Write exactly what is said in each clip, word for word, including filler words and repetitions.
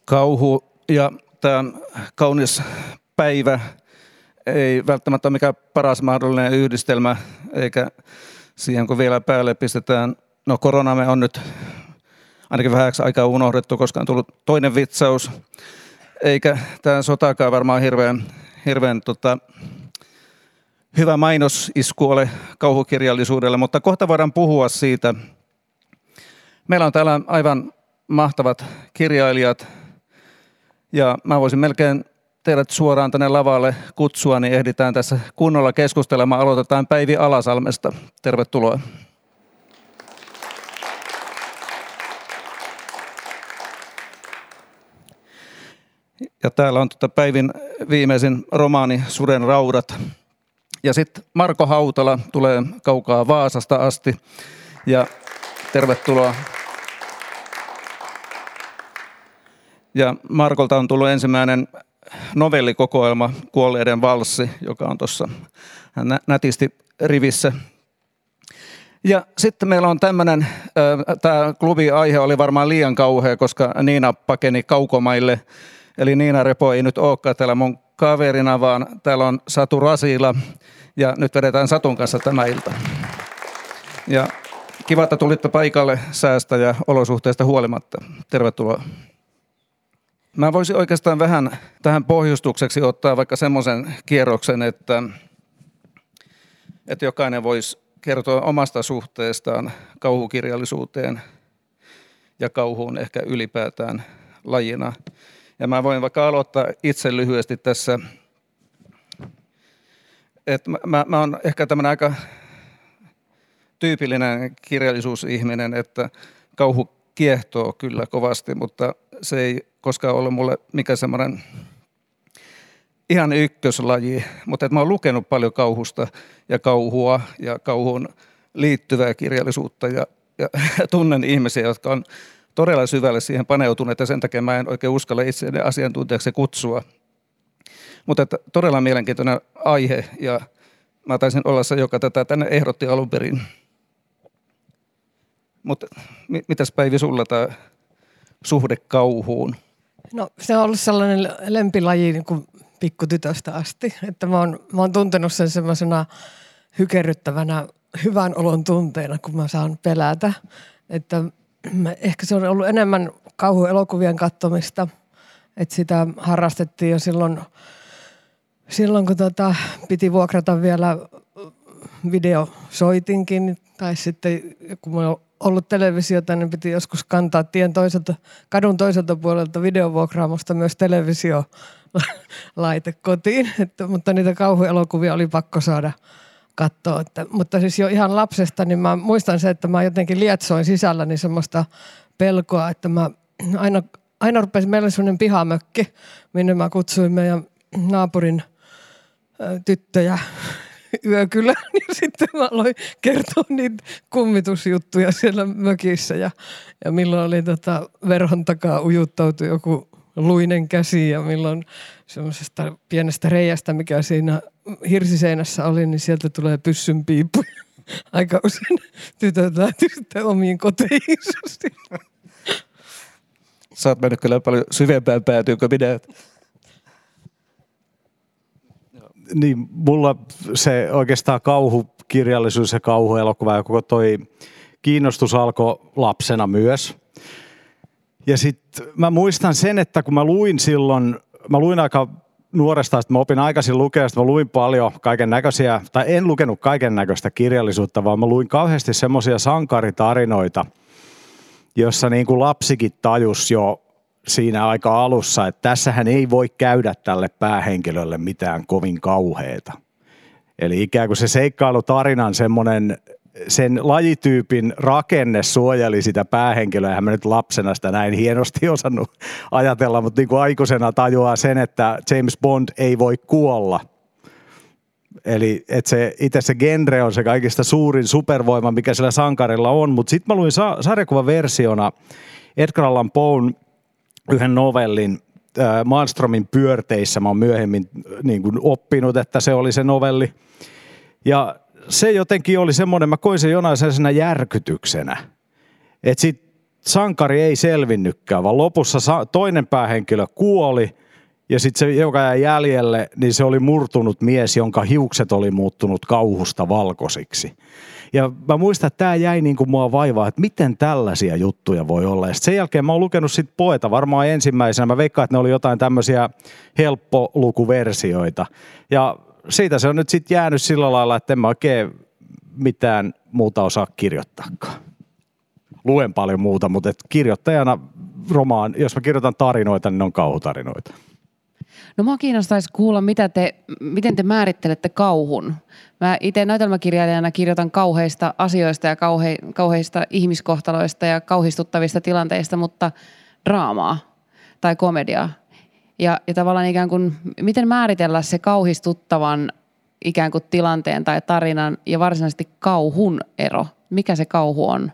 Kauhu ja tämä kaunis päivä ei välttämättä ole mikään paras mahdollinen yhdistelmä, eikä siihen kun vielä päälle pistetään, no koronamme on nyt ainakin vähäksi aikaa unohdettu, koska on tullut toinen vitsaus, eikä tämä sotakaan varmaan hirveän, hirveän tota, hyvä mainosisku ole kauhukirjallisuudelle, mutta kohta voidaan puhua siitä. Meillä on täällä aivan mahtavat kirjailijat, ja mä voisin melkein teidät suoraan tänne lavalle kutsua, niin ehditään tässä kunnolla keskustelemaan. Aloitetaan Päivi Alasalmesta. Tervetuloa. Ja täällä on tuota Päivin viimeisin romaani Suden raudat. Ja sitten Marko Hautala tulee kaukaa Vaasasta asti. Ja tervetuloa. Ja Markolta on tullut ensimmäinen novellikokoelma Kuolleiden valssi, joka on tuossa nätisti rivissä. Ja sitten meillä on tämmöinen, tämä klubi-aihe oli varmaan liian kauhea, koska Niina pakeni kaukomaille. Eli Niina Repo ei nyt olekaan täällä mun kaverina, vaan täällä on Satu Rasila. Ja nyt vedetään Satun kanssa tämä ilta. Ja kiva, että tulitte paikalle säästä ja olosuhteista huolimatta. Tervetuloa. Mä voisin oikeastaan vähän tähän pohjustukseksi ottaa vaikka semmoisen kierroksen, että, että jokainen voisi kertoa omasta suhteestaan kauhukirjallisuuteen ja kauhuun ehkä ylipäätään lajina. Ja mä voin vaikka aloittaa itse lyhyesti tässä, että mä, mä, mä oon ehkä tämmöinen aika tyypillinen kirjallisuusihminen, että kauhu kiehtoo kyllä kovasti, mutta se ei koskaan ollut mulle mikä semmoinen ihan ykköslaji, mutta että mä oon lukenut paljon kauhusta ja kauhua ja kauhuun liittyvää kirjallisuutta ja, ja tunnen ihmisiä, jotka on todella syvälle siihen paneutuneet ja sen takia mä en oikein uskalla itseäni asiantuntijaksi kutsua. Mutta että todella mielenkiintoinen aihe ja mä taisin olla se, joka tätä tänne ehdotti alun perin. Mutta mitäs Päivi sulla tämä suhde kauhuun? No se on ollut sellainen lempilaji niin kuin pikkutytöstä asti, että mä oon, mä oon tuntenut sen semmoisena hykerryttävänä hyvän olon tunteena, kun mä saan pelätä. Että ehkä se on ollut enemmän kauhuelokuvien katsomista, että sitä harrastettiin jo silloin, silloin kun tota, piti vuokrata vielä videosoitinkin, tai sitten kun mulla on ollut televisiota, niin piti joskus kantaa tien toiselta, kadun toiselta puolelta videovuokraamosta myös televisiolaite kotiin, että, mutta niitä kauhuelokuvia oli pakko saada katsoa. Että, mutta siis jo ihan lapsesta, niin mä muistan se, että mä jotenkin lietsoin sisälläni semmoista pelkoa, että mä aina, aina rupesin, meillä oli semmoinen pihamökki, minne mä kutsuin meidän naapurin ä, tyttöjä yökylään ja sitten mä aloin kertoa niitä kummitusjuttuja siellä mökissä ja, ja milloin oli tota verhon takaa ujuttautu joku luinen käsi ja milloin semmoisesta pienestä reiästä, mikä siinä hirsiseinässä oli, niin sieltä tulee pyssyn piippu. Aika usein tytöt lähti sitten omiin koteihinsa. Sä oot mennyt kyllä paljon syvempään päätyyn kuin minä. Niin, mulla se oikeastaan kauhukirjallisuus ja kauhuelokuva ja koko toi kiinnostus alkoi lapsena myös. Ja sitten mä muistan sen, että kun mä luin silloin, mä luin aika nuoresta, että mä opin aikaisin lukea, että mä luin paljon kaiken näköisiä, tai en lukenut kaiken näköistä kirjallisuutta, vaan mä luin kauheasti semmoisia sankaritarinoita, jossa niin kuin lapsikin tajus jo siinä aika alussa, että tässähän ei voi käydä tälle päähenkilölle mitään kovin kauheata. Eli ikään kuin se seikkailutarinan semmoinen, sen lajityypin rakenne suojeli sitä päähenkilöä. Eihän mä nyt lapsena sitä näin hienosti osannut ajatella, mutta niin kuin aikuisena tajuaa sen, että James Bond ei voi kuolla. Eli että se, itse se genre on se kaikista suurin supervoima, mikä sillä sankarilla on. Mutta sitten mä luin sa- sarjakuvaversiona Edgar Allan Poen yhden novellin äh, Malmströmin pyörteissä. Mä oon myöhemmin niin kuin oppinut, että se oli se novelli. Ja se jotenkin oli semmoinen, mä koin sen jonain sellaisena järkytyksenä. Että sit sankari ei selvinnytkään, vaan lopussa toinen päähenkilö kuoli ja sitten se, joka jäi jäljelle, niin se oli murtunut mies, jonka hiukset oli muuttunut kauhusta valkoisiksi. Ja mä muistan, että tämä jäi niin kuin mua vaivaa, että miten tällaisia juttuja voi olla. Ja sen jälkeen mä oon lukenut sit Poeta varmaan ensimmäisenä. Mä veikkaan, että ne oli jotain tämmöisiä helppolukuversioita. Ja siitä se on nyt sitten jäänyt sillä lailla, että en mä oikein mitään muuta osaa kirjoittaakaan. Luen paljon muuta, mutta et kirjoittajana romaan, jos mä kirjoitan tarinoita, niin ne on kauhutarinoita. No mua kiinnostaisi kuulla, mitä te, miten te määrittelette kauhun. Mä itse näytelmäkirjailijana kirjoitan kauheista asioista ja kauhe, kauheista ihmiskohtaloista ja kauhistuttavista tilanteista, mutta draamaa tai komediaa. Ja, ja tavallaan ikään kuin, miten määritellä se kauhistuttavan ikään kuin tilanteen tai tarinan ja varsinaisesti kauhun ero? Mikä se kauhu on?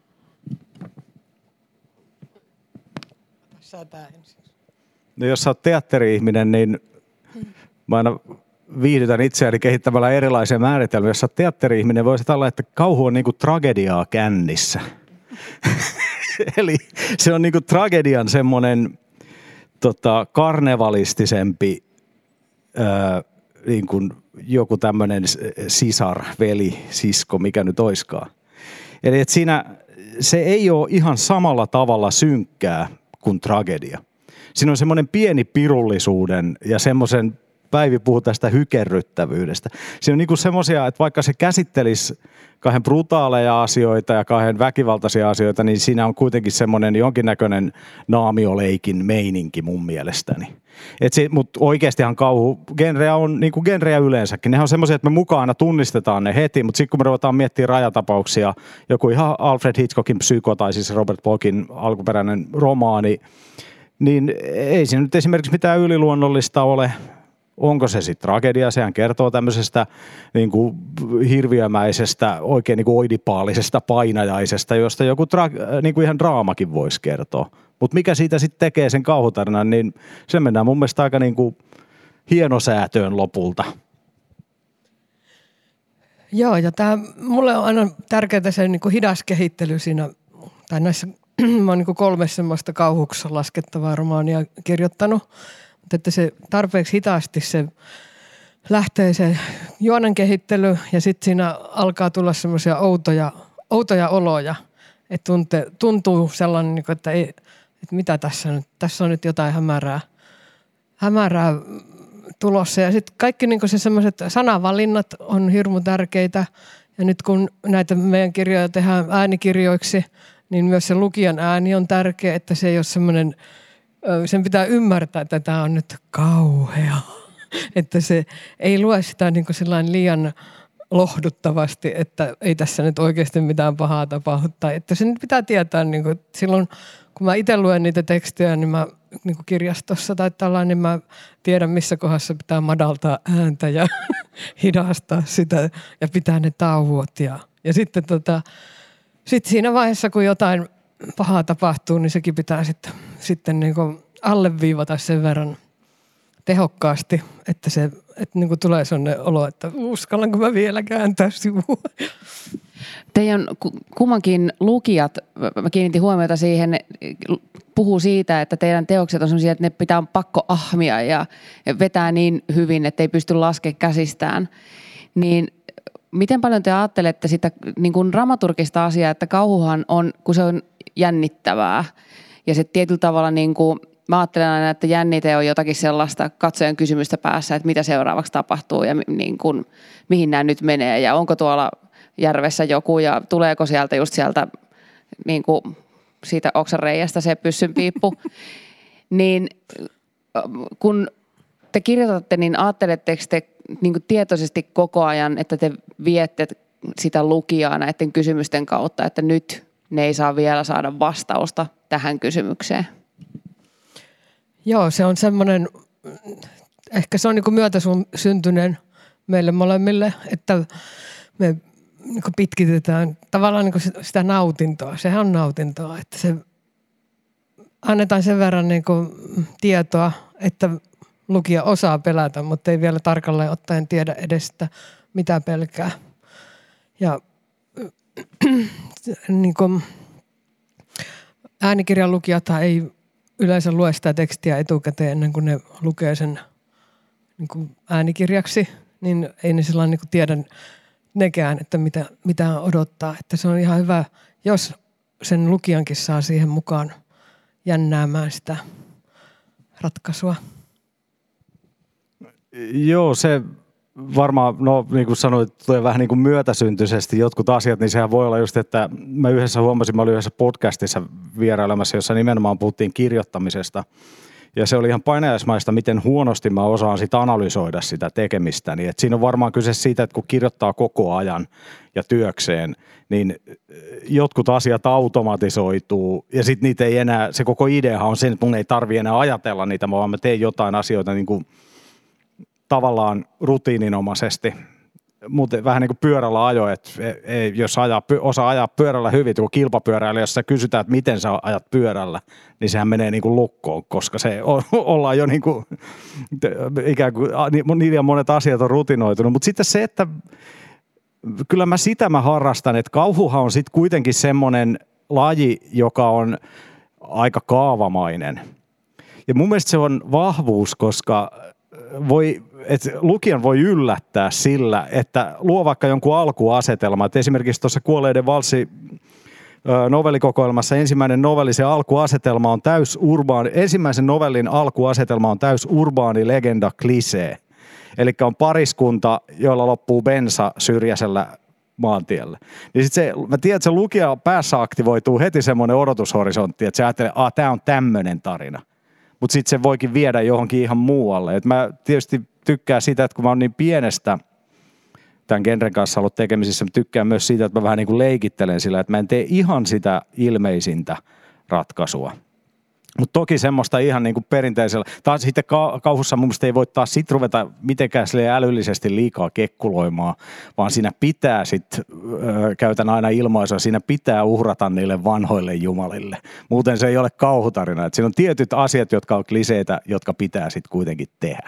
No jos sä oot teatteri-ihminen, niin mä aina viihdytän itseäni kehittämällä erilaisia määritelmiä. Jos sä oot teatteri-ihminen, voisi olla, että kauhu on niinku tragediaa kännissä. Eli se on niinku tragedian semmoinen tota, karnevalistisempi ää, niin kuin joku tämmöinen sisar, veli, sisko, mikä nyt oiskaan. Eli että siinä se ei ole ihan samalla tavalla synkkää kuin tragedia. Siinä on semmoinen pieni pirullisuuden ja semmoisen, Päivi puhui tästä hykerryttävyydestä. Siinä on niinku semmoisia, että vaikka se käsittelisi kahden brutaaleja asioita ja kahden väkivaltaisia asioita, niin siinä on kuitenkin semmoinen jonkinnäköinen naamioleikin meininki mun mielestäni. Mutta oikeastihan kauhu, genreä on niin kuin genreä yleensäkin. Nehän on semmoisia, että me mukaan tunnistetaan ne heti, mutta sitten kun me ruvetaan miettimään rajatapauksia, joku ihan Alfred Hitchcockin Psyko tai siis Robert Blockin alkuperäinen romaani, niin ei siinä nyt esimerkiksi mitään yliluonnollista ole. Onko se sitten tragedia? Sehän kertoo tämmöisestä niin kuin hirviömäisestä, oikein niin kuin oidipaalisesta painajaisesta, josta joku tra- niin kuin ihan draamakin voisi kertoa. Mutta mikä siitä sitten tekee sen kauhutarinan, niin se mennään mun mielestä aika niin kuin hienosäätöön lopulta. Joo, ja tämä mulle on aina tärkeää se niin kuin hidas kehittely siinä, tai näissä, mä oon niin kuin kolme semmoista kauhuksi laskettavaa romaania kirjoittanut, mutta että se tarpeeksi hitaasti se lähtee se juonen kehittely ja sitten siinä alkaa tulla semmoisia outoja, outoja oloja, että tunte, tuntuu sellainen, että, ei, että mitä tässä nyt, tässä on nyt jotain hämärää, hämärää tulossa. Ja sitten kaikki niin se semmoiset sanavalinnat on hirmu tärkeitä ja nyt kun näitä meidän kirjoja tehdään äänikirjoiksi, niin myös se lukijan ääni on tärkeä, että se ei ole semmoinen, sen pitää ymmärtää, että tämä on nyt kauhea. Että se ei lue sitä niin kuin sellainen liian lohduttavasti, että ei tässä nyt oikeasti mitään pahaa tapahdu. Tai että se nyt pitää tietää, niin kuin, silloin kun mä itse luen niitä tekstejä, niin mä niin kuin kirjastossa tai tällainen, niin mä tiedän missä kohdassa pitää madaltaa ääntä ja hidastaa sitä ja pitää ne tauot. Ja, ja sitten tota, sit siinä vaiheessa, kun jotain pahaa tapahtuu, niin sekin pitää sitten, sitten niin kuin alleviivata sen verran tehokkaasti, että se että niin kuin tulee sellainen olo, että uskallanko mä vielä kääntää sivua. Teidän kummankin lukijat, mä kiinnitin huomiota siihen, puhuu siitä, että teidän teokset on sellaisia, että ne pitää pakko ahmia ja vetää niin hyvin, että ei pysty laskemaan käsistään. Niin miten paljon te ajattelette sitä niin kuin dramaturgista asiaa, että kauhuhan on, kun se on jännittävää ja se tietyllä tavalla niin kuin mä ajattelen aina, että jännite on jotakin sellaista katsojan kysymystä päässä, että mitä seuraavaksi tapahtuu ja niin kuin, mihin nämä nyt menee ja onko tuolla järvessä joku ja tuleeko sieltä just sieltä niin kuin siitä oksanreiästä se pyssynpiippu. Niin kun te kirjoitatte, niin ajatteletteko te niin kuin tietoisesti koko ajan, että te viette sitä lukijaa näiden kysymysten kautta, että nyt ne ei saa vielä saada vastausta tähän kysymykseen? Joo, se on semmoinen, ehkä se on niin kuin myötäsyntyneen meille molemmille, että me niin kuin pitkitetään tavallaan niin kuin sitä nautintoa. Sehän on nautintoa, että se annetaan sen verran niin kuin tietoa, että lukija osaa pelätä, mutta ei vielä tarkalleen ottaen tiedä edes sitä, mitä pelkää. Ja niin kuin, äänikirjan lukijathan ei yleensä lue sitä tekstiä etukäteen ennen kuin ne lukee sen niin kuin äänikirjaksi, niin ei ne sillä niin kuin tiedä nekään, että mitä, mitä odottaa. Että se on ihan hyvä, jos sen lukijankin saa siihen mukaan jännäämään sitä ratkaisua. Joo, se varmaan, no niin kuin sanoit, tulee vähän niin kuin myötäsyntyisesti jotkut asiat, niin sehän voi olla just, että mä yhdessä huomasin, mä olin yhdessä podcastissa vierailemassa, jossa nimenomaan puhuttiin kirjoittamisesta. Ja se oli ihan painajaismaista, miten huonosti mä osaan sitä analysoida sitä tekemistä. Niin, että siinä on varmaan kyse siitä, että kun kirjoittaa koko ajan ja työkseen, niin jotkut asiat automatisoituu ja sitten niitä ei enää, se koko ideahan on se, että mun ei tarvitse enää ajatella niitä, vaan mä teen jotain asioita niin kuin tavallaan rutiininomaisesti. Mutta vähän niin kuin pyörällä ajo, että ei, jos ajaa, osaa ajaa pyörällä hyvin, kun kilpapyöräillä, jos sä kysytään, että miten sä ajat pyörällä, niin sehän menee niin kuin lukkoon, koska se on, ollaan jo niin kuin, ikään kuin niin ja monet asiat on rutinoitunut. Mutta sitten se, että kyllä mä sitä mä harrastan, että kauhuhan on sitten kuitenkin semmoinen laji, joka on aika kaavamainen. Ja mun mielestä se on vahvuus, koska voi, että lukijan voi yllättää sillä, että luo vaikka jonkun alkuasetelman. Että esimerkiksi tuossa Kuolleiden valssi novellikokoelmassa ensimmäinen novelli, se alkuasetelma on täys urbaani, ensimmäisen novellin alkuasetelma on täys urbaani legenda klisee. Eli on pariskunta, jolla loppuu bensa syrjäisellä maantiellä. Niin sit se, mä tiedän, että se lukija päässä aktivoituu heti semmoinen odotushorisontti, että se ajattelee, että tämä on tämmöinen tarina. Mutta sitten se voikin viedä johonkin ihan muualle. Et mä tietysti tykkään sitä, että kun mä oon niin pienestä tämän genren kanssa ollut tekemisissä, mä tykkään myös siitä, että mä vähän niin kuin leikittelen sillä, että mä en tee ihan sitä ilmeisintä ratkaisua. Mutta toki semmoista ihan niin kuin perinteisellä, taas sitten kauhussa mun mielestä ei voi taas sit ruveta mitenkään älyllisesti liikaa kekkuloimaan, vaan siinä pitää sitten, käytän aina ilmaisua, siinä pitää uhrata niille vanhoille jumalille. Muuten se ei ole kauhutarina. Et siinä on tietyt asiat, jotka on kliseitä, jotka pitää sitten kuitenkin tehdä.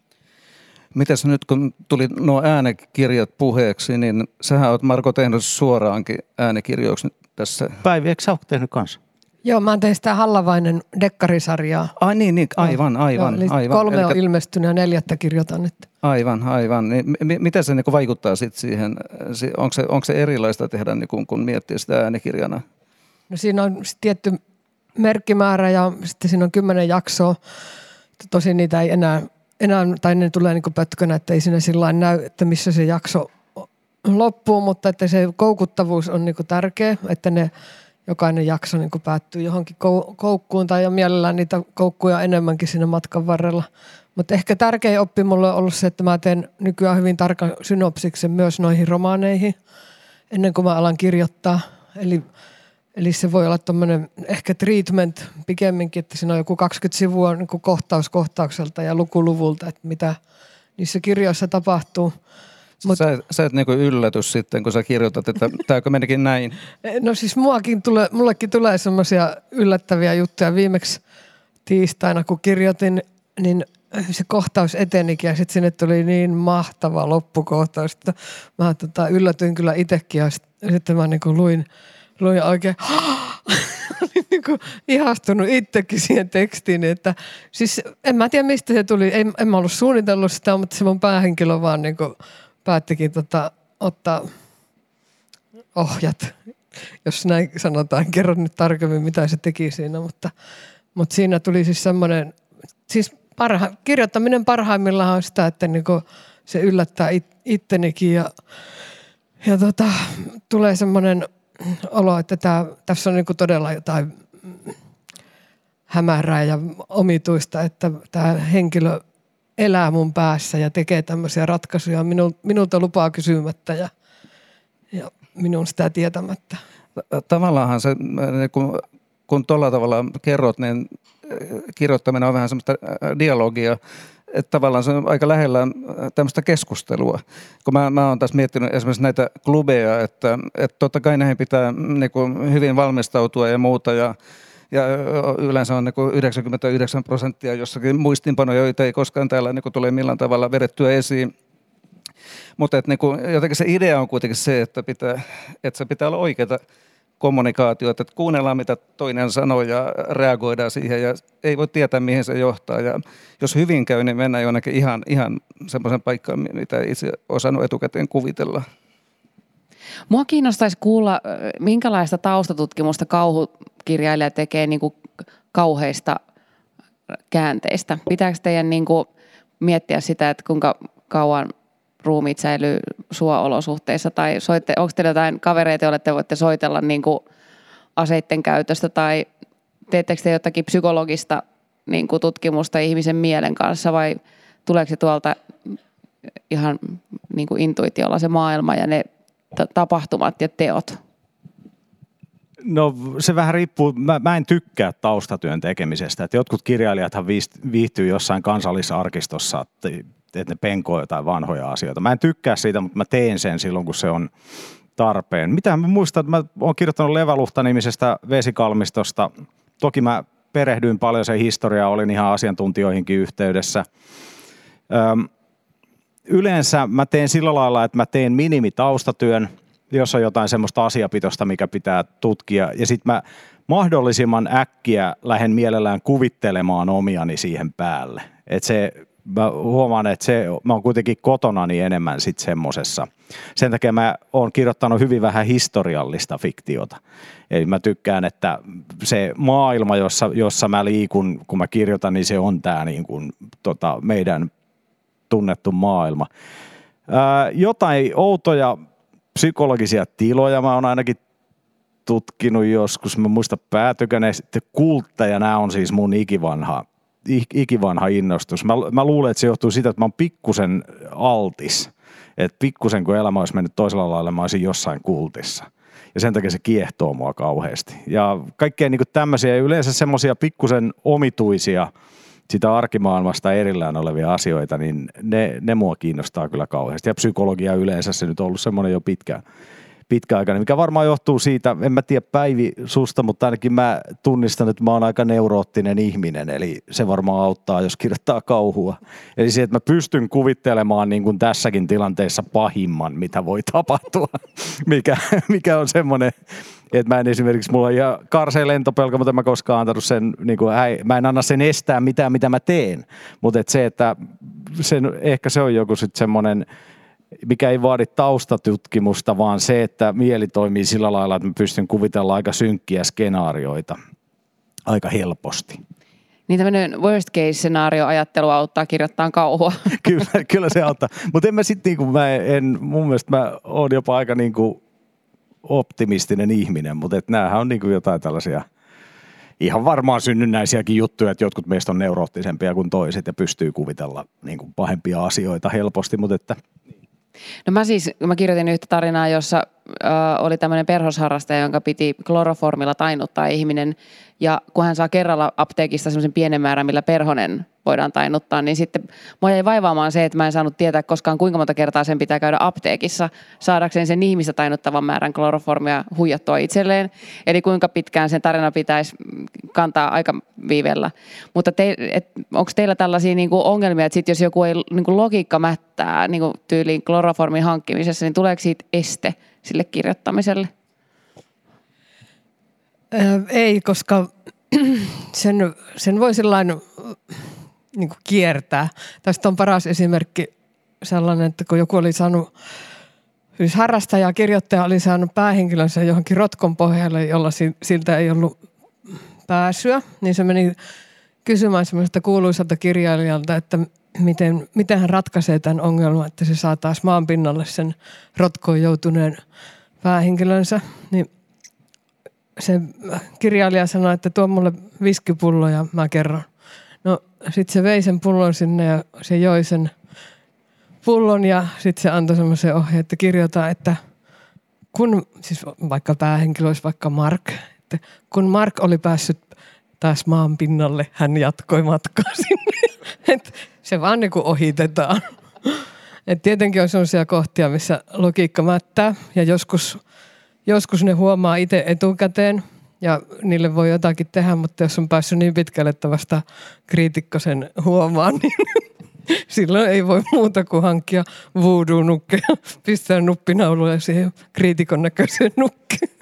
Mitäs nyt kun tuli nuo äänikirjat puheeksi, niin sähän oot Marko tehnyt suoraankin äänikirjoiksi tässä. Päivi, eikö sä oot tehnyt kanssa? Joo, mä oon tehnyt sitä Hallavainen dekkarisarjaa. Ai niin, niin aivan, aivan. Joo, aivan. Kolme Elikkä, on ilmestynyt ja neljättä kirjoitan nyt. Aivan, aivan. Niin, m- miten se niin kuin vaikuttaa sitten siihen, onko se, onko se erilaista tehdä, niin kun, kun miettii sitä äänikirjana? No siinä on tietty merkkimäärä ja sitten siinä on kymmenen jaksoa. Tosin niitä ei enää, enää tai ne tulee niin kuin pötkönä, että ei siinä sillä näy, että missä se jakso loppuu, mutta että se koukuttavuus on niin kuin tärkeä, että ne jokainen jakso niin kuin päättyy johonkin koukkuun tai mielellään niitä koukkuja enemmänkin siinä matkan varrella. Mutta ehkä tärkein oppi mulle on ollut se, että mä teen nykyään hyvin tarkan synopsiksen myös noihin romaaneihin ennen kuin mä alan kirjoittaa. Eli, eli se voi olla tommoinen ehkä treatment pikemminkin, että siinä on joku kaksikymmentä sivua niin kuin kohtaus kohtaukselta ja lukuluvulta, että mitä niissä kirjoissa tapahtuu. Mut, sä, sä et niinku yllätys sitten, kun sä kirjoitat, että tämäkö menikin näin? No siis muakin tulee, mullekin tulee semmoisia yllättäviä juttuja. Viimeksi tiistaina, kun kirjoitin, niin se kohtaus etenikin ja sitten sinne tuli niin mahtava loppukohtaus, että mä tota, yllätyin kyllä itsekin ja sitten mä niinku luin, luin oikein olin niinku ihastunut itsekin siihen tekstiin, että siis en mä tiedä mistä se tuli, en, en mä ollut suunnitellut sitä, mutta se mun päähenkilö vaan niinku päättikin tota, ottaa ohjat, jos näin sanotaan. Kerron nyt tarkemmin, mitä se teki siinä, mutta, mutta siinä tuli siis semmoinen, siis parha, kirjoittaminen parhaimmillaan on sitä, että niinku se yllättää it, ittenikin ja, ja tota, tulee semmoinen olo, että tää, tässä on niinku todella jotain hämärää ja omituista, että tämä henkilö elää mun päässä ja tekee tämmöisiä ratkaisuja minu, minulta lupaa kysymättä ja, ja minun sitä tietämättä. Tavallaanhan se, kun, kun tuolla tavalla kerrot, niin kirjoittaminen on vähän semmoista dialogia, että tavallaan se on aika lähellä tämmöistä keskustelua. Kun mä, mä oon tässä miettinyt esimerkiksi näitä klubeja, että, että totta kai näihin pitää niin kuin hyvin valmistautua ja muuta ja Ja yleensä on niin yhdeksänkymmentäyhdeksän prosenttia jossakin muistinpanoja, joita ei koskaan täällä niin tule millään tavalla vedettyä esiin. Mutta niin jotenkin se idea on kuitenkin se, että, pitää, että se pitää olla oikeaa kommunikaatiota, että kuunnellaan mitä toinen sanoo ja reagoidaan siihen ja ei voi tietää mihin se johtaa. Ja jos hyvin käy, niin mennään jonnekin ihan, ihan semmoisen paikkaan, mitä ei itse osannut etukäteen kuvitella. Mua kiinnostaisi kuulla, minkälaista taustatutkimusta kauhukirjailija tekee niin kuin kauheista käänteistä. Pitääkö teidän niin kuin miettiä sitä, että kuinka kauan ruumiit säilyy suoolosuhteissa, tai soitte, onko teillä jotain kavereita, joille te voitte soitella niin kuin aseiden käytöstä, tai teettekö te jotakin psykologista niin kuin tutkimusta ihmisen mielen kanssa, vai tuleeko se tuolta ihan niin kuin intuitiolla se maailma ja ne t- tapahtumat ja teot? No se vähän riippuu, mä, mä en tykkää taustatyön tekemisestä, että jotkut kirjailijathan viihtyy jossain kansallisarkistossa, että ne penkoo jotain vanhoja asioita. Mä en tykkää siitä, mutta mä teen sen silloin, kun se on tarpeen. Mitä mä muistan, että mä oon kirjoittanut Leväluhta-nimisestä vesikalmistosta. Toki mä perehdyin paljon sen historiaa, olin ihan asiantuntijoihinkin yhteydessä. Öm, yleensä mä teen sillä lailla, että mä teen minimitaustatyön, jos on jotain semmoista asiapitosta, mikä pitää tutkia. Ja sitten mä mahdollisimman äkkiä lähden mielellään kuvittelemaan omiani siihen päälle. Että se, mä huomaan, että se, mä oon kuitenkin kotonani enemmän sitten semmosessa. Sen takia mä oon kirjoittanut hyvin vähän historiallista fiktiota. Eli mä tykkään, että se maailma, jossa, jossa mä liikun, kun mä kirjoitan, niin se on tää niin kuin, tota, meidän tunnettu maailma. Ää, jotain outoja psykologisia tiloja mä oon ainakin tutkinut joskus. Mä muistan päätykäneen sitten kultteja. Nämä on siis mun ikivanha, ikivanha innostus. Mä, mä luulen, että se johtuu siitä, että mä oon pikkusen altis. Että pikkusen kun elämä olisi mennyt toisella lailla, mä olisin jossain kultissa. Ja sen takia se kiehtoo mua kauheasti. Ja kaikkea niin kuin tämmöisiä, yleensä semmoisia pikkusen omituisia sitä arkimaailmasta erillään olevia asioita, niin ne, ne mua kiinnostaa kyllä kauheasti. Ja psykologia yleensä se nyt on ollut semmoinen jo pitkä, pitkäaikainen, mikä varmaan johtuu siitä, en mä tiedä Päivi susta, mutta ainakin mä tunnistan, että mä oon aika neuroottinen ihminen, eli se varmaan auttaa, jos kirjoittaa kauhua. Eli se, että mä pystyn kuvittelemaan niin kuin tässäkin tilanteessa pahimman, mitä voi tapahtua, mikä, mikä on semmoinen, että mä en esimerkiksi, mulla on ihan karseen lentopelko, mutta en mä koskaan antanut sen, niin kuin, mä en anna sen estää mitään, mitä mä teen, mutta että se, että sen, ehkä se on joku sitten semmoinen, mikä ei vaadi taustatutkimusta, vaan se, että mieli toimii sillä lailla, että mä pystyn kuvitella aika synkkiä skenaarioita aika helposti. Niin tämmöinen worst case-skenaario-ajattelu auttaa kirjoittaa kauhua. Kyllä, kyllä se auttaa. Mutta en mä sitten, niinku, mä en, mun mielestä mä oon jopa aika niinku optimistinen ihminen, mutta näähän on niinku jotain tällaisia ihan varmaan synnynnäisiäkin juttuja, että jotkut meistä on neuroottisempia kuin toiset ja pystyy kuvitella niinku pahempia asioita helposti, mutta että No mä siis, mä kirjoitin yhtä tarinaa, jossa ö, oli tämmöinen perhosharrastaja, jonka piti kloroformilla tainnuttaa ihminen. Ja kun hän saa kerralla apteekista semmoisen pienen määrän, millä perhonen voidaan tainnuttaa, niin sitten mua jäi vaivaamaan se, että mä en saanut tietää koskaan, kuinka monta kertaa sen pitää käydä apteekissa saadakseen sen ihmistä tainnuttavan määrän kloroformia huijattua itselleen. Eli kuinka pitkään sen tarina pitäisi kantaa aikaviivellä. Mutta te, onko teillä tällaisia niinku ongelmia, että sit jos joku ei niinku logiikka mättää niinku tyyliin kloroformin hankkimisessa, niin tuleeko siitä este sille kirjoittamiselle? Ei, koska sen, sen voi sillain niin kuin kiertää. Tästä on paras esimerkki sellainen, että kun joku oli saanut, siis harrastaja, kirjoittaja oli saanut päähenkilönsä johonkin rotkon pohjalle, jolla siltä ei ollut pääsyä, niin se meni kysymään semmoiselta kuuluisalta kirjailijalta, että miten, miten hän ratkaisee tämän ongelman, että se saa taas maan pinnalle sen rotkoon joutuneen päähenkilönsä, niin se kirjailija sanoi, että tuo mulle viskipullo ja mä kerron. No sitten se vei sen pullon sinne ja se joi sen pullon ja sitten se antoi semmoisen ohjeen, että kirjoita, että kun, siis vaikka päähenkilö olisi vaikka Mark, että kun Mark oli päässyt taas maan pinnalle, hän jatkoi matkaa sinne. Et se vaan niin kuin ohitetaan. Et tietenkin on sellaisia kohtia, missä logiikka mättää ja joskus Joskus ne huomaa itse etukäteen ja niille voi jotakin tehdä, mutta jos on päässyt niin pitkälle, että vasta kriitikko sen huomaa, niin silloin ei voi muuta kuin hankkia voodoo-nukkeja, pistää nuppinauluja siihen kriitikon näköiseen nukkeen.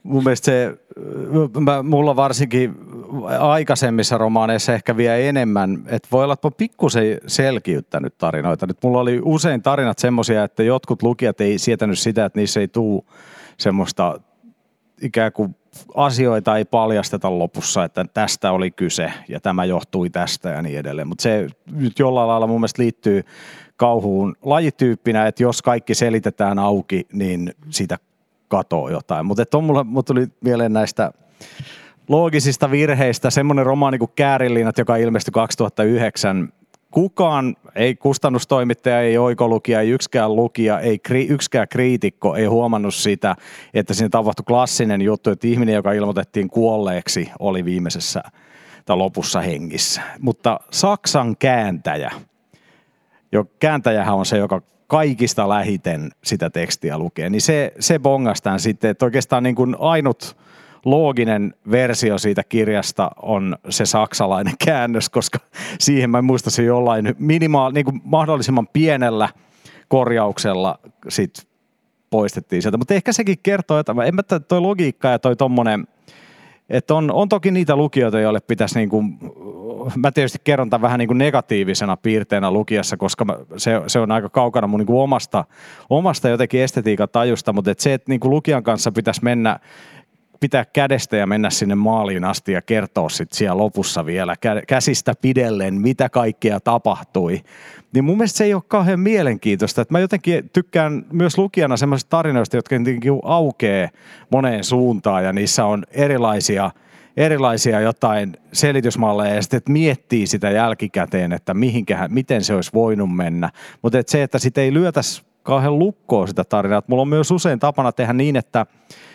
mun mielestä se, mä, mulla varsinkin aikaisemmissa romaaneissa ehkä vielä enemmän, että voi olla, että mä pikkusen selkiyttänyt tarinoita. Nyt mulla oli usein tarinat semmoisia, että jotkut lukijat ei sietänyt sitä, että niissä ei tule semmoista ikään kuin asioita ei paljasteta lopussa, että tästä oli kyse ja tämä johtui tästä ja niin edelleen. Mutta se nyt jollain lailla mun mielestä liittyy kauhuun lajityyppinä, että jos kaikki selitetään auki, niin siitä katoo jotain. Mutta mulla, mulla tuli mieleen näistä loogisista virheistä semmoinen romaani kuin Käärinlinnat, joka ilmestyi kaksituhattayhdeksän. Kukaan, ei kustannustoimittaja, ei oikolukija, ei yksikään lukija, ei kri, yksikään kriitikko ei huomannut sitä, että siinä tapahtui klassinen juttu, että ihminen, joka ilmoitettiin kuolleeksi, oli viimeisessä tai lopussa hengissä. Mutta Saksan kääntäjä, jo kääntäjähän on se, joka kaikista lähiten sitä tekstiä lukee, niin se, se bongastaan sitten, että oikeastaan niin kuin ainut looginen versio siitä kirjasta on se saksalainen käännös, koska siihen mä muistan se jollain minimaal, niin kuin mahdollisimman pienellä korjauksella sit poistettiin sieltä. Mutta ehkä sekin kertoo, että en mä toi logiikka ja toi tommonen, että on, on toki niitä lukijoita, joille pitäisi niin kuin, mä tietysti kerron tämän vähän niin kuin negatiivisena piirteenä lukijassa, koska mä, se, se on aika kaukana mun niin kuin omasta, omasta jotenkin estetiikan tajusta, mutta et se, että niin kuin lukijan kanssa pitäisi mennä pitää kädestä ja mennä sinne maaliin asti ja kertoa sitten siellä lopussa vielä käsistä pidellen, mitä kaikkea tapahtui. Niin mun mielestä se ei ole kauhean mielenkiintoista. Että mä jotenkin tykkään myös lukijana semmoisista tarinoista, jotka aukeaa moneen suuntaan ja niissä on erilaisia, erilaisia jotain selitysmalleja ja sitten että miettii sitä jälkikäteen, että mihinkähän, miten se olisi voinut mennä. Mutta et se, että sitä ei lyötäisi kauhean lukkoon sitä tarinaa. Et mulla on myös usein tapana tehdä niin, että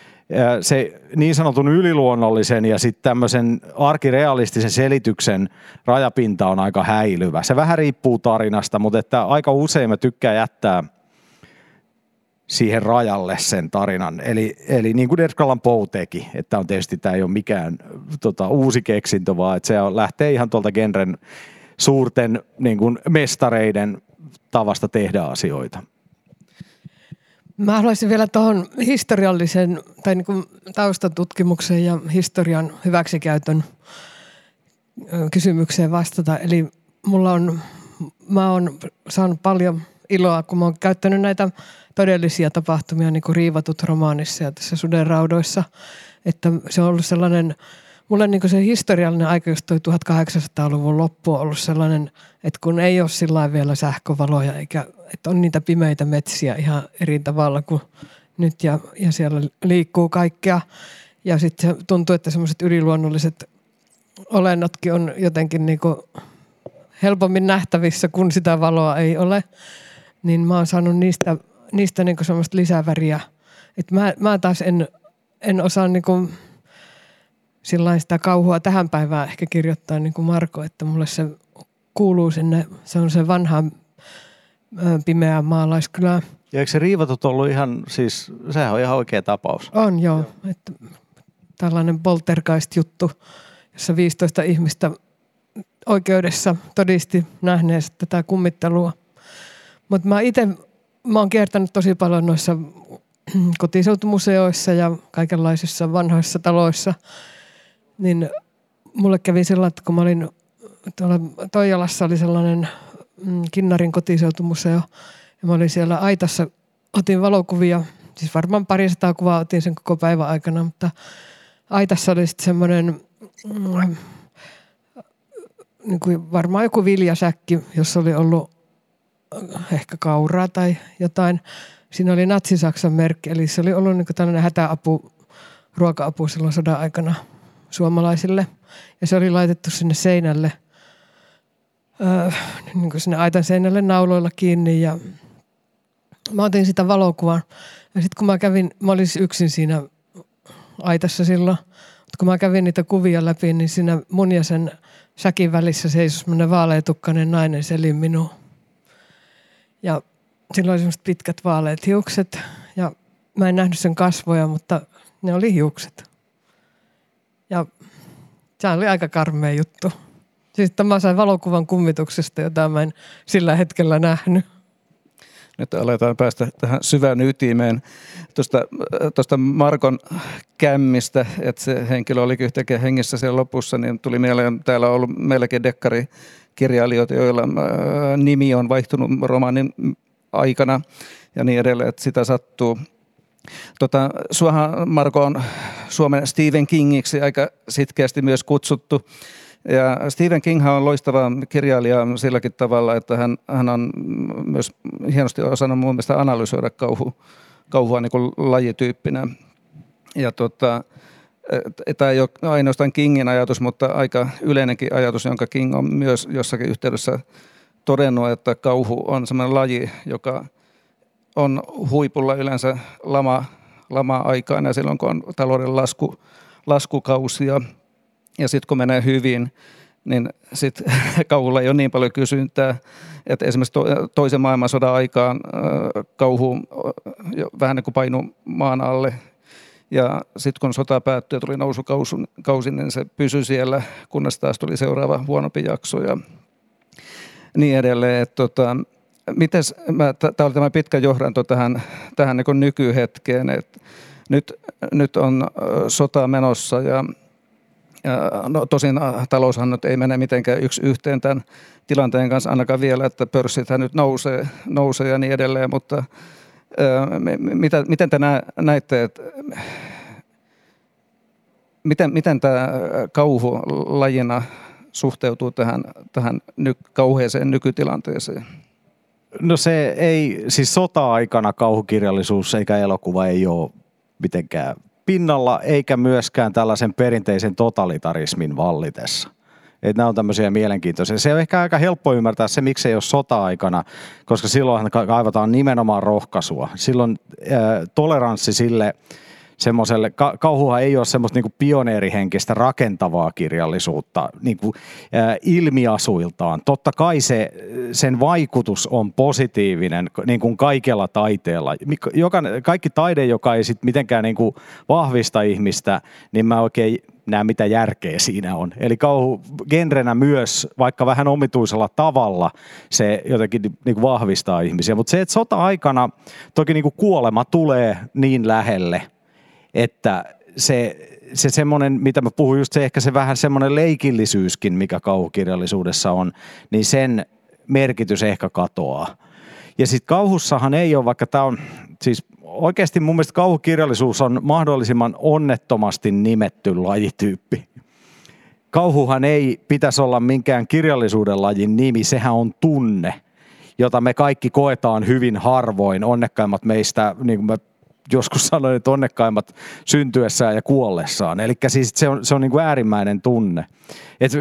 se niin sanotun yliluonnollisen ja sitten tämmöisen arkirealistisen selityksen rajapinta on aika häilyvä. Se vähän riippuu tarinasta, mutta että aika usein mä tykkään jättää siihen rajalle sen tarinan. Eli, eli niin kuin Edgar Allan Poe teki, että on tietysti tämä ei ole mikään tota, uusi keksintö, vaan että se lähtee ihan tuolta genren suurten niin kuin mestareiden tavasta tehdä asioita. Mä haluaisin vielä tuohon historiallisen tai niin kuin taustatutkimuksen ja historian hyväksikäytön kysymykseen vastata. Eli mulla on, mä oon saanut paljon iloa, kun mä oon käyttänyt näitä todellisia tapahtumia niin kuin Riivatut romaanissa ja tässä Sudenraudoissa. Että se on ollut sellainen, mulle niin kuin se historiallinen aika, jos toi tuhatkahdeksansataaluvun loppu on ollut sellainen, että kun ei ole sillä vielä sähkövaloja eikä että on niitä pimeitä metsiä ihan eri tavalla kuin nyt ja, ja siellä liikkuu kaikkea. Ja sitten se tuntuu, että semmoiset yliluonnolliset olennotkin on jotenkin niinku helpommin nähtävissä, kun sitä valoa ei ole. Niin mä oon saanut niistä, niistä niinku semmoista lisäväriä. Että mä, mä taas en, en osaa niinku sillain sitä kauhua tähän päivään ehkä kirjoittaa niin kuin Marko, että mulle se kuuluu sinne, se on se vanha pimeä maalaiskylä. Ja eikö se Riivatut ollut ihan, siis sehän on ihan oikea tapaus? On joo, että tällainen poltergeist-juttu, jossa viisitoista ihmistä oikeudessa todisti nähneensä tätä kummittelua. Mutta mä itse, mä oon kiertänyt tosi paljon noissa kotiseutumuseoissa ja kaikenlaisissa vanhoissa taloissa, niin mulle kävi sillä, että kun mä olin tuolla Toijalassa oli sellainen Kinnarin kotiseutumuseo. Ja mä olin siellä aitassa, otin valokuvia, siis varmaan parisataa kuvaa otin sen koko päivän aikana, mutta aitassa oli sitten semmoinen mm, niin kuin varmaan joku viljasäkki, jossa oli ollut ehkä kauraa tai jotain. Siinä oli Natsi-Saksan merkki, eli se oli ollut niin kuin tällainen hätäapu, ruoka-apu silloin sodan aikana suomalaisille. Ja se oli laitettu sinne seinälle. Öö, niin kuin sinne aitan seinälle nauloilla kiinni ja mä otin sitä valokuvan. Ja sitten kun mä kävin, mä olin yksin siinä aitassa silloin, mutta kun mä kävin niitä kuvia läpi, niin siinä mun ja sen säkin välissä seisoi semmoinen vaaleatukkainen nainen selin minuun. Ja sillä oli semmoiset pitkät vaaleat hiukset ja mä en nähnyt sen kasvoja, mutta ne oli hiukset. Ja se oli aika karmea juttu. Siis mä sain valokuvan kummituksesta, jota mä en sillä hetkellä nähnyt. Nyt aletaan päästä tähän syvään ytimeen tuosta, tuosta Markon kämmistä, että se henkilö olikin yhtäkkiä hengissä siellä lopussa, niin tuli mieleen, täällä on ollut meilläkin dekkarikirjailijoita, joilla nimi on vaihtunut romaanin aikana ja niin edelleen, että sitä sattuu. Tota, suohan Marko on Suomen Stephen Kingiksi aika sitkeästi myös kutsuttu. Ja Stephen King on loistava kirjailija silläkin tavalla, että hän, hän on myös hienosti osannut mun mielestä analysoida kauhu, kauhua niin kuin lajityyppinä. Ja tota, tämä ei ole ainoastaan Kingin ajatus, mutta aika yleinenkin ajatus, jonka King on myös jossakin yhteydessä todennut, että kauhu on sellainen laji, joka on huipulla yleensä lama, lama-aikana ja silloin, kun on talouden lasku, laskukausia. Ja sitten kun menee hyvin, niin sitten kauhulla ei ole niin paljon kysyntää, että esimerkiksi toisen maailmansodan aikaan kauhu vähän niin kuin painui maan alle. Ja sitten kun sota päättyi ja tuli nousukausi, niin se pysyi siellä, kunnes taas tuli seuraava huonompi jakso ja niin edelleen. Tota, tämä oli tämä pitkä johdanto tähän, tähän niin kuin nykyhetkeen. Et nyt, nyt on sota menossa ja Ja no, tosin taloushan nyt ei mene mitenkään yksi yhteen tämän tilanteen kanssa ainakaan vielä, että pörssithän nyt nousee, nousee ja niin edelleen, mutta ää, mitä, miten te näette, että miten, miten tämä kauhu lajina suhteutuu tähän, tähän ny, kauheeseen nykytilanteeseen? No se ei, siis sota-aikana kauhukirjallisuus eikä elokuva ei ole mitenkään pinnalla, eikä myöskään tällaisen perinteisen totalitarismin vallitessa. Että nämä on tämmöisiä mielenkiintoisia. Se on ehkä aika helppo ymmärtää se, miksi ei ole sota-aikana, koska silloin kaivataan nimenomaan rohkaisua. Silloin ää, toleranssi sille semmoiselle, ka- kauhuhan ei ole semmoista niinku pioneerihenkistä rakentavaa kirjallisuutta niinku, ää, ilmiasuiltaan. Totta kai se, sen vaikutus on positiivinen niin kuin kaikella taiteella. Joka, kaikki taide, joka ei sit mitenkään niinku vahvista ihmistä, niin mä oikein näe mitä järkeä siinä on. Eli kauhu genrenä myös, vaikka vähän omituisella tavalla, se jotenkin niinku vahvistaa ihmisiä. Mutta se, että sota-aikana toki niinku kuolema tulee niin lähelle, että se, se semmoinen, mitä mä puhun, just se ehkä se vähän semmoinen leikillisyyskin, mikä kauhukirjallisuudessa on, niin sen merkitys ehkä katoaa. Ja sitten kauhussahan ei ole, vaikka tämä on, siis oikeasti mun mielestä kauhukirjallisuus on mahdollisimman onnettomasti nimetty lajityyppi. Kauhuhan ei pitäisi olla minkään kirjallisuuden lajin nimi, sehän on tunne, jota me kaikki koetaan hyvin harvoin, onnekkaimmat meistä, niin kuin mä joskus sanoin, että onnekkaimmat syntyessään ja kuollessaan. Eli siis se on, se on niin kuin äärimmäinen tunne. Et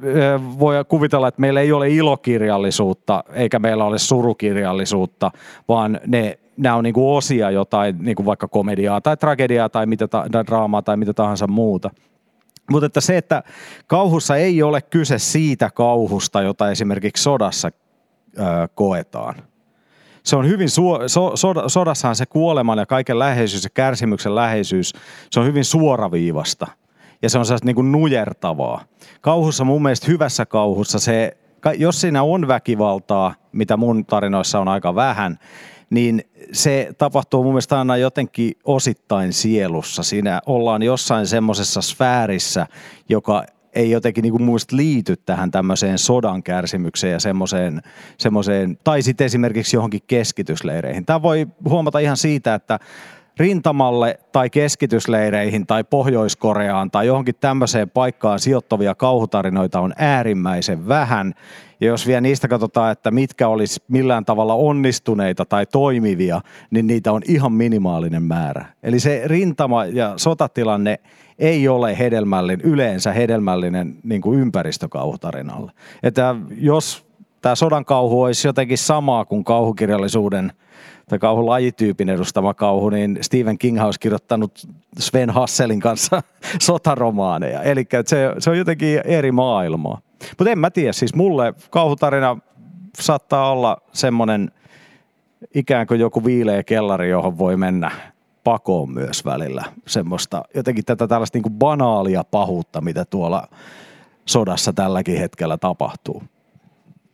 voi kuvitella, että meillä ei ole ilokirjallisuutta eikä meillä ole surukirjallisuutta, vaan ne, nämä on niin kuin osia jotain, niin kuin vaikka komediaa tai tragediaa tai, mitä ta, tai draamaa tai mitä tahansa muuta. Mutta että se, että kauhussa ei ole kyse siitä kauhusta, jota esimerkiksi sodassa ö, koetaan. Se on hyvin, suo, so, soda, sodassahan se kuoleman ja kaiken läheisyys ja kärsimyksen läheisyys, se on hyvin suoraviivasta ja se on sellaista niin kuin nujertavaa. Kauhussa mun mielestä hyvässä kauhussa se, jos siinä on väkivaltaa, mitä mun tarinoissa on aika vähän, niin se tapahtuu mun mielestä aina jotenkin osittain sielussa. Siinä ollaan jossain semmoisessa sfäärissä, joka ei jotenkin niin kuin mun mielestä liity tähän tämmöiseen sodan kärsimykseen ja semmoiseen, semmoiseen, tai sitten esimerkiksi johonkin keskitysleireihin. Tämä voi huomata ihan siitä, että rintamalle tai keskitysleireihin tai Pohjois-Koreaan tai johonkin tämmöiseen paikkaan sijoittavia kauhutarinoita on äärimmäisen vähän. Ja jos vielä niistä katsotaan, että mitkä olisi millään tavalla onnistuneita tai toimivia, niin niitä on ihan minimaalinen määrä. Eli se rintama- ja sotatilanne ei ole hedelmällinen, yleensä hedelmällinen niin kuin ympäristökauhutarinalle. Että jos tämä sodan kauhu olisi jotenkin samaa kuin kauhukirjallisuuden tai kauhulajityypin edustama kauhu, niin Stephen King olisi kirjoittanut Sven Hasselin kanssa sotaromaaneja. Eli se, se on jotenkin eri maailmaa. Mutta en mä tiedä, siis mulle kauhutarina saattaa olla semmoinen ikään kuin joku viileä kellari, johon voi mennä pakoon myös välillä. Semmoista jotenkin tätä tällaista niin kuin banaalia pahuutta, mitä tuolla sodassa tälläkin hetkellä tapahtuu.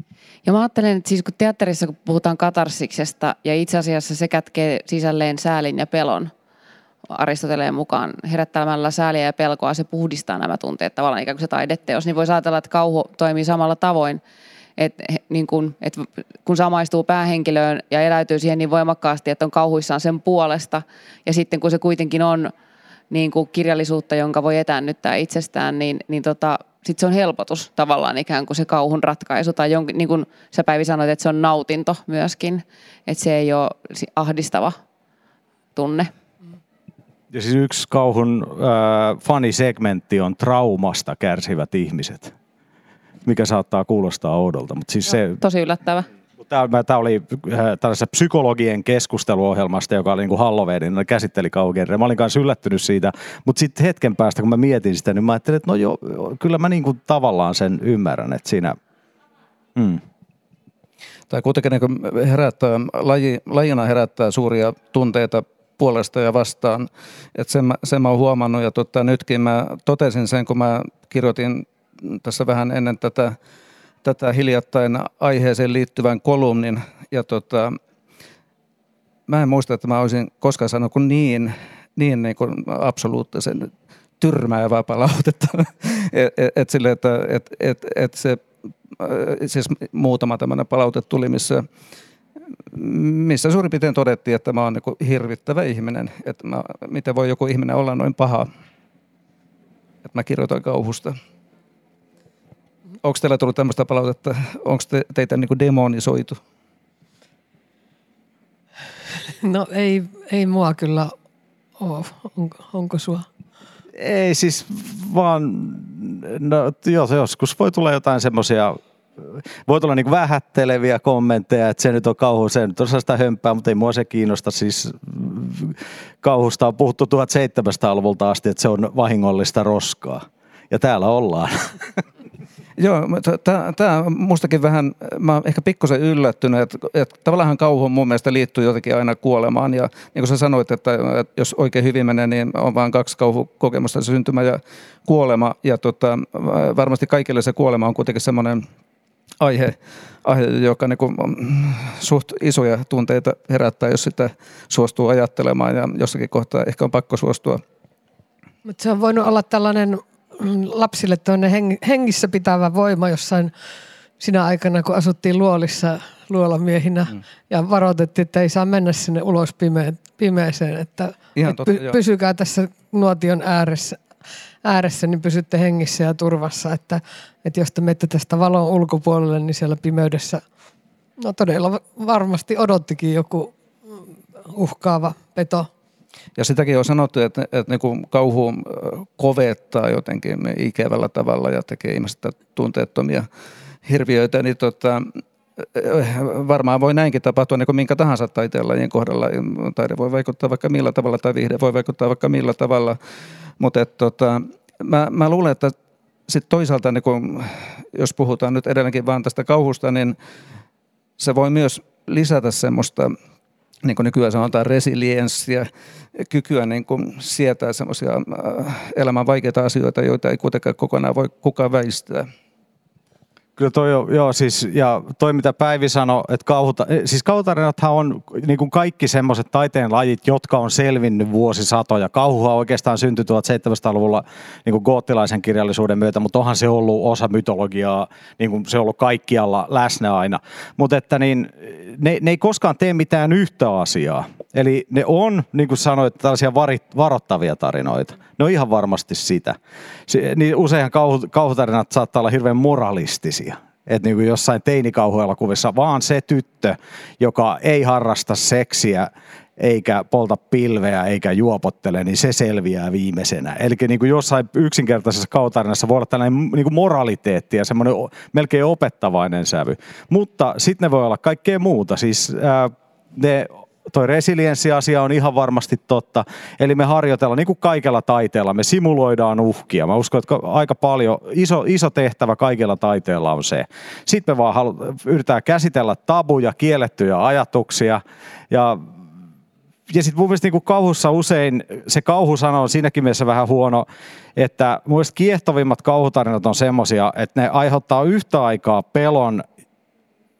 Ja mä ajattelen, että siis kun teatterissa kun puhutaan katarsiksesta ja itse asiassa se kätkee sisälleen säälin ja pelon, Aristoteleen mukaan herättämällä sääliä ja pelkoa, se puhdistaa nämä tunteet tavallaan ikään kuin se taideteos, niin voisi ajatella, että kauhu toimii samalla tavoin, että niin kun, että kun samaistuu päähenkilöön ja eläytyy siihen niin voimakkaasti, että on kauhuissaan sen puolesta ja sitten kun se kuitenkin on niin kuin kirjallisuutta, jonka voi etäännyttää itsestään, niin, niin tota, sitten se on helpotus tavallaan ikään kuin se kauhun ratkaisu. Tai jonkin, niin kuin sä Päivi sanoit, että se on nautinto myöskin, että se ei ole ahdistava tunne. Ja siis yksi kauhun äh, fanisegmentti on traumasta kärsivät ihmiset, mikä saattaa kuulostaa oudolta. Mutta siis se, tosi yllättävä. Tämä oli äh, tällaisessa psykologien keskusteluohjelmasta, joka oli niin kuin Halloweenin, ne käsitteli kauhugenreä. Mä olin kanssa yllättynyt siitä, mutta sitten hetken päästä, kun mä mietin sitä, niin mä ajattelin, että no joo, kyllä mä niin kuin tavallaan sen ymmärrän, että siinä... Mm. Tai kuitenkin niin herättää, laji, lajina herättää suuria tunteita puolesta ja vastaan. Että sen, sen mä oon huomannut ja tota, nytkin mä totesin sen, kun mä kirjoitin tässä vähän ennen tätä, tätä hiljattain aiheeseen liittyvän kolumnin. Ja tota, mä en muista, että mä olisin koskaan sanonut kuin niin, niin, niin kuin absoluuttisen tyrmäävää palautetta. Että et, et, että et, et, et se, siis muutama tämmöinen palaute tuli, missä missä suurin piirtein todettiin, että mä oon niin hirvittävä ihminen. Että mä, miten voi joku ihminen olla noin paha, että mä kirjoitan kauhusta. Onko teillä tullut tämmöistä palautetta? Onko te, teitä niin kuin demonisoitu? No ei, ei mua kyllä ole. Onko, onko sua? Ei siis vaan, no joo, joskus voi tulla jotain semmoisia, voi tulla niin vähätteleviä kommentteja, että se nyt on kauhu, se nyt on sellaista hömpää, mutta ei mua se kiinnosta. Siis kauhusta on puhuttu tuhatseitsemänsataaluvulta asti, että se on vahingollista roskaa. Ja täällä ollaan. Joo, tämä mustakin vähän, mä oon ehkä pikkusen yllättynyt, että, että tavallaan kauhu mun mielestä liittyy jotenkin aina kuolemaan. Ja niin kuin sä sanoit, että, että jos oikein hyvin menee, niin on vain kaksi kauhukokemusta, syntymä ja kuolema. Ja tota, varmasti kaikille se kuolema on kuitenkin semmoinen aihe, aihe joka niin kuin suht isoja tunteita herättää, jos sitä suostuu ajattelemaan. Ja jossakin kohtaa ehkä on pakko suostua. Mutta se on voinut olla tällainen lapsille toinen hengissä pitävä voima jossain sinä aikana, kun asuttiin luolissa luolamiehinä mm. ja varoitettiin, että ei saa mennä sinne ulos pime- pimeeseen, että, että py- pysykää tässä nuotion ääressä, ääressä, niin pysytte hengissä ja turvassa, että, että jos te menette tästä valon ulkopuolelle, niin siellä pimeydessä no todella varmasti odottikin joku uhkaava peto. Ja sitäkin on sanottu, että, että niin kuin kauhu kovettaa jotenkin ikävällä tavalla ja tekee ihmistä tunteettomia hirviöitä, niin tota, varmaan voi näinkin tapahtua niin kuin minkä tahansa taiteenlajin kohdalla. Taide voi vaikuttaa vaikka millä tavalla tai viihde voi vaikuttaa vaikka millä tavalla, mutta et, tota, mä, mä luulen, että sit toisaalta niin kuin, jos puhutaan nyt edelleenkin vaan tästä kauhusta, niin se voi myös lisätä semmoista, niin kuin nykyään sanotaan, resilienssiä, kykyä niin kuin sietää semmoisia elämän vaikeita asioita, joita ei kuitenkaan kokonaan voi kukaan väistää. Kyllä toi on, joo siis, ja toi mitä Päivi sanoi, että kauhuta, siis kauhutarinathan on niin kuin kaikki semmoiset taiteen lajit, jotka on selvinnyt vuosisatoja. Kauhuhan oikeastaan syntyi tuhatseitsemänsataaluvulla niin kuin goottilaisen kirjallisuuden myötä, mutta onhan se ollut osa mytologiaa, niin kuin se on ollut kaikkialla läsnä aina. Mutta että niin, ne, ne ei koskaan tee mitään yhtä asiaa. Eli ne on, niin kuin sanoit, tällaisia varit, varoittavia tarinoita. Ne on ihan varmasti sitä. Se, niin useinhan kauhu, kauhutarinat saattaa olla hirveän moralistisia. Että niin kuin jossain teinikauhuelokuvissa vaan se tyttö, joka ei harrasta seksiä, eikä polta pilveä, eikä juopottele, niin se selviää viimeisenä. Eli niin kuin jossain yksinkertaisessa kauhutarinassa voi olla tällainen niin kuin moraliteetti ja semmoinen melkein opettavainen sävy. Mutta sitten ne voi olla kaikkea muuta. Siis ää, ne... Toi resilienssiasia on ihan varmasti totta. Eli me harjoitellaan, niin kuin kaikella taiteella, me simuloidaan uhkia. Mä uskon, että aika paljon, iso, iso tehtävä kaikilla taiteella on se. Sitten me vaan halu, yritetään käsitellä tabuja, kiellettyjä ajatuksia. Ja, ja sitten mun mielestä niin kuin kauhussa usein, se kauhusana on siinäkin mielessä vähän huono, että mun mielestä kiehtovimmat kauhutarinat on semmoisia, että ne aiheuttaa yhtä aikaa pelon,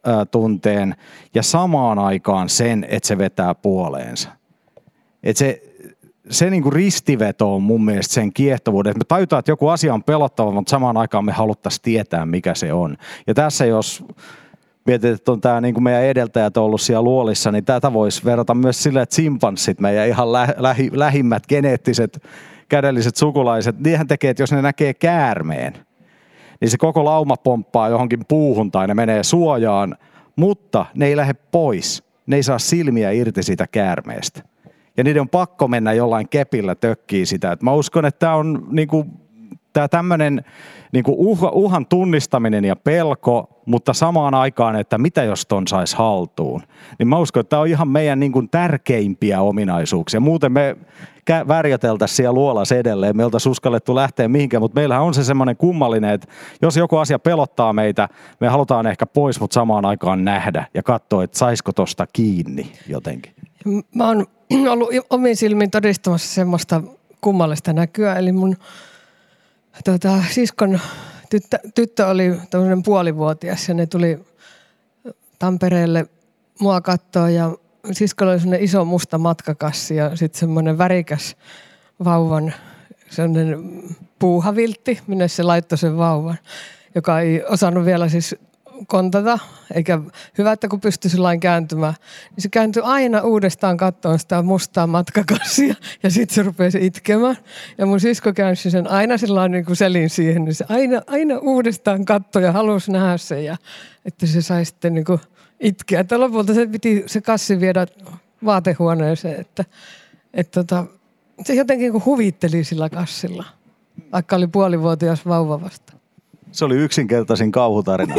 ää, tunteen ja samaan aikaan sen, että se vetää puoleensa. Et se se niinku ristiveto on mun mielestä sen kiehtovuuden, että me tajutaan, että joku asia on pelottava, mutta samaan aikaan me haluttaisiin tietää, mikä se on. Ja tässä jos mietit, että on tämä niin kuin meidän edeltäjät on ollut siellä luolissa, niin tätä voisi verrata myös sille, että simpanssit, meidän ihan lä- lähi- lähimmät geneettiset kädelliset sukulaiset, niinhän tekee, että jos ne näkee käärmeen, niin se koko lauma pomppaa johonkin puuhun tai ne menee suojaan, mutta ne ei lähde pois. Ne ei saa silmiä irti siitä käärmeestä. Ja niiden on pakko mennä jollain kepillä tökkii sitä. Et mä uskon, että tämä on niinku, tää tämmöinen niinku uh, uhan tunnistaminen ja pelko, mutta samaan aikaan, että mitä jos ton saisi haltuun. Niin mä uskon, että tämä on ihan meidän niinku tärkeimpiä ominaisuuksia. Muuten me värjöteltäisiin siellä luolassa edelleen. Me oltaisiin uskallettu lähteä mihinkään, mutta meillähän on se semmoinen kummallinen, että jos joku asia pelottaa meitä, me halutaan ehkä pois, mutta samaan aikaan nähdä ja katsoa, että saisiko tosta kiinni jotenkin. Mä oon ollut omin silmin todistamassa semmoista kummallista näkyä. Eli mun tota, siskon tyttö, tyttö oli tämmöinen puolivuotias ja ne tuli Tampereelle mua katsoa ja siskolla oli semmoinen iso musta matkakassi ja sitten semmoinen värikäs vauvan semmoinen puuhaviltti, minne se laittoi sen vauvan, joka ei osannut vielä siis kontata, eikä hyvä, että kun pystyi sillain kääntymään, niin se kääntyi aina uudestaan katsomaan sitä mustaa matkakassia ja sitten se rupesi itkemään. Ja mun sisko käänsi sen aina sillain niin kuin selin siihen, niin se aina, aina uudestaan katsoi ja halusi nähdä sen ja että se sai sitten niin kuin itkeä. Että lopulta se piti se kassi viedä vaatehuoneeseen, että, että tota, se jotenkin kuin huvitteli sillä kassilla, vaikka oli puolivuotias vauva vasta. Se oli yksinkertaisin kauhutarina.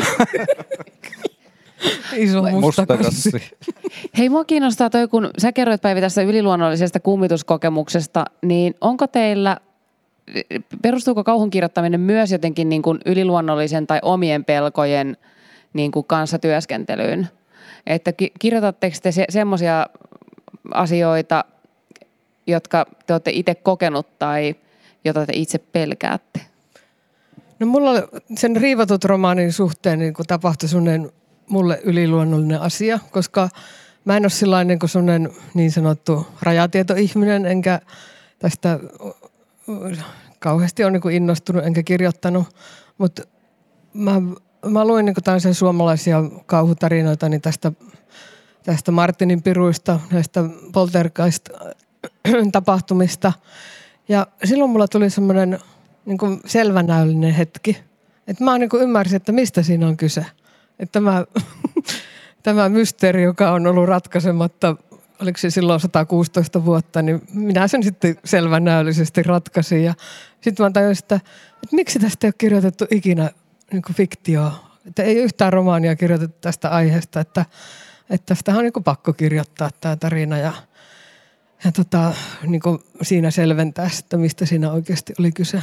Iso musta kassi. Hei, mua kiinnostaa toi, kun sä kerroit Päivi tästä yliluonnollisesta kummituskokemuksesta, niin onko teillä, perustuuko kauhun kirjoittaminen myös jotenkin niin kuin yliluonnollisen tai omien pelkojen niin kuin kanssa työskentelyyn? Että kirjoitatteko te se, semmoisia asioita, jotka te olette itse kokenut tai jota te itse pelkäätte? No mulla sen Riivatut romaanin suhteen niin tapahtui sellainen mulle yliluonnollinen asia, koska mä en ole sellainen kuin sellainen niin sanottu rajatietoihminen, enkä tästä kauheasti ole niin innostunut enkä kirjoittanut, mutta mä, mä luin niin tällaisia suomalaisia kauhutarinoita niin tästä, tästä Martinin piruista, näistä poltergeist-tapahtumista ja silloin mulla tuli semmoinen niin kuin selvänäöllinen hetki. Että mä niin kuin ymmärsin, että mistä siinä on kyse. Että tämä, tämä mysteeri, joka on ollut ratkaisematta, oliko se silloin sata kuusitoista vuotta, niin minä sen sitten selvänäöllisesti ratkaisin. Ja sitten mä tajusin, että, että miksi tästä ei ole kirjoitettu ikinä niin kuin fiktioa. Että ei yhtään romaania kirjoitettu tästä aiheesta, että, että tästähän on niin kuin pakko kirjoittaa tämä tarina ja Ja tota, niin kuin siinä selventää, että mistä siinä oikeasti oli kyse.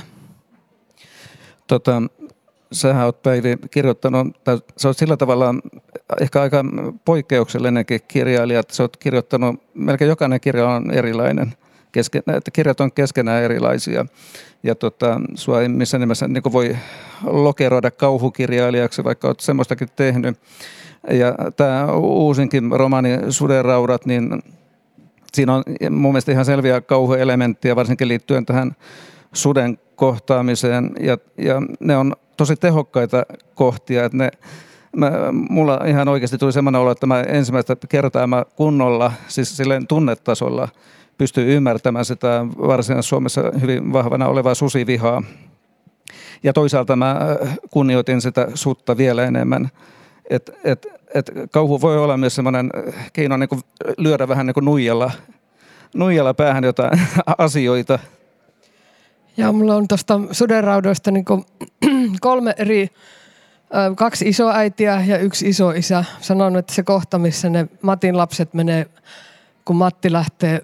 Tota, sähän olet Päivi kirjoittanut, tai sä oot sillä tavalla ehkä aika poikkeuksellinenkin kirjailija, että sä oot kirjoittanut, melkein jokainen kirja on erilainen, keske, että kirjat on keskenään erilaisia. Ja tota, sua ei missään nimessä niin voi lokeroida kauhukirjailijaksi, vaikka olet semmoistakin tehnyt. Ja tämä uusinkin romaani Sudenraudat, niin siinä on mun mielestä ihan selviä kauhuelementtiä, varsinkin liittyen tähän suden kohtaamiseen. Ja, ja ne on tosi tehokkaita kohtia. Että ne, mä, mulla ihan oikeasti tuli semmoinen olo, että mä ensimmäistä kertaa mä kunnolla, siis silleen tunnetasolla, pystyin ymmärtämään sitä Varsinais-Suomessa hyvin vahvana olevaa susivihaa. Ja toisaalta mä kunnioitin sitä sutta vielä enemmän. Että et, et kauhu voi olla myös semmoinen keino niin kuin lyödä vähän niin kuin nuijalla, nuijalla päähän jotain asioita. Ja mulla on tuosta Sudenraudoista niin kuin kolme eri, kaksi isoäitiä ja yksi isoisä sanonut, että se kohta, missä ne Matin lapset menee, kun Matti lähtee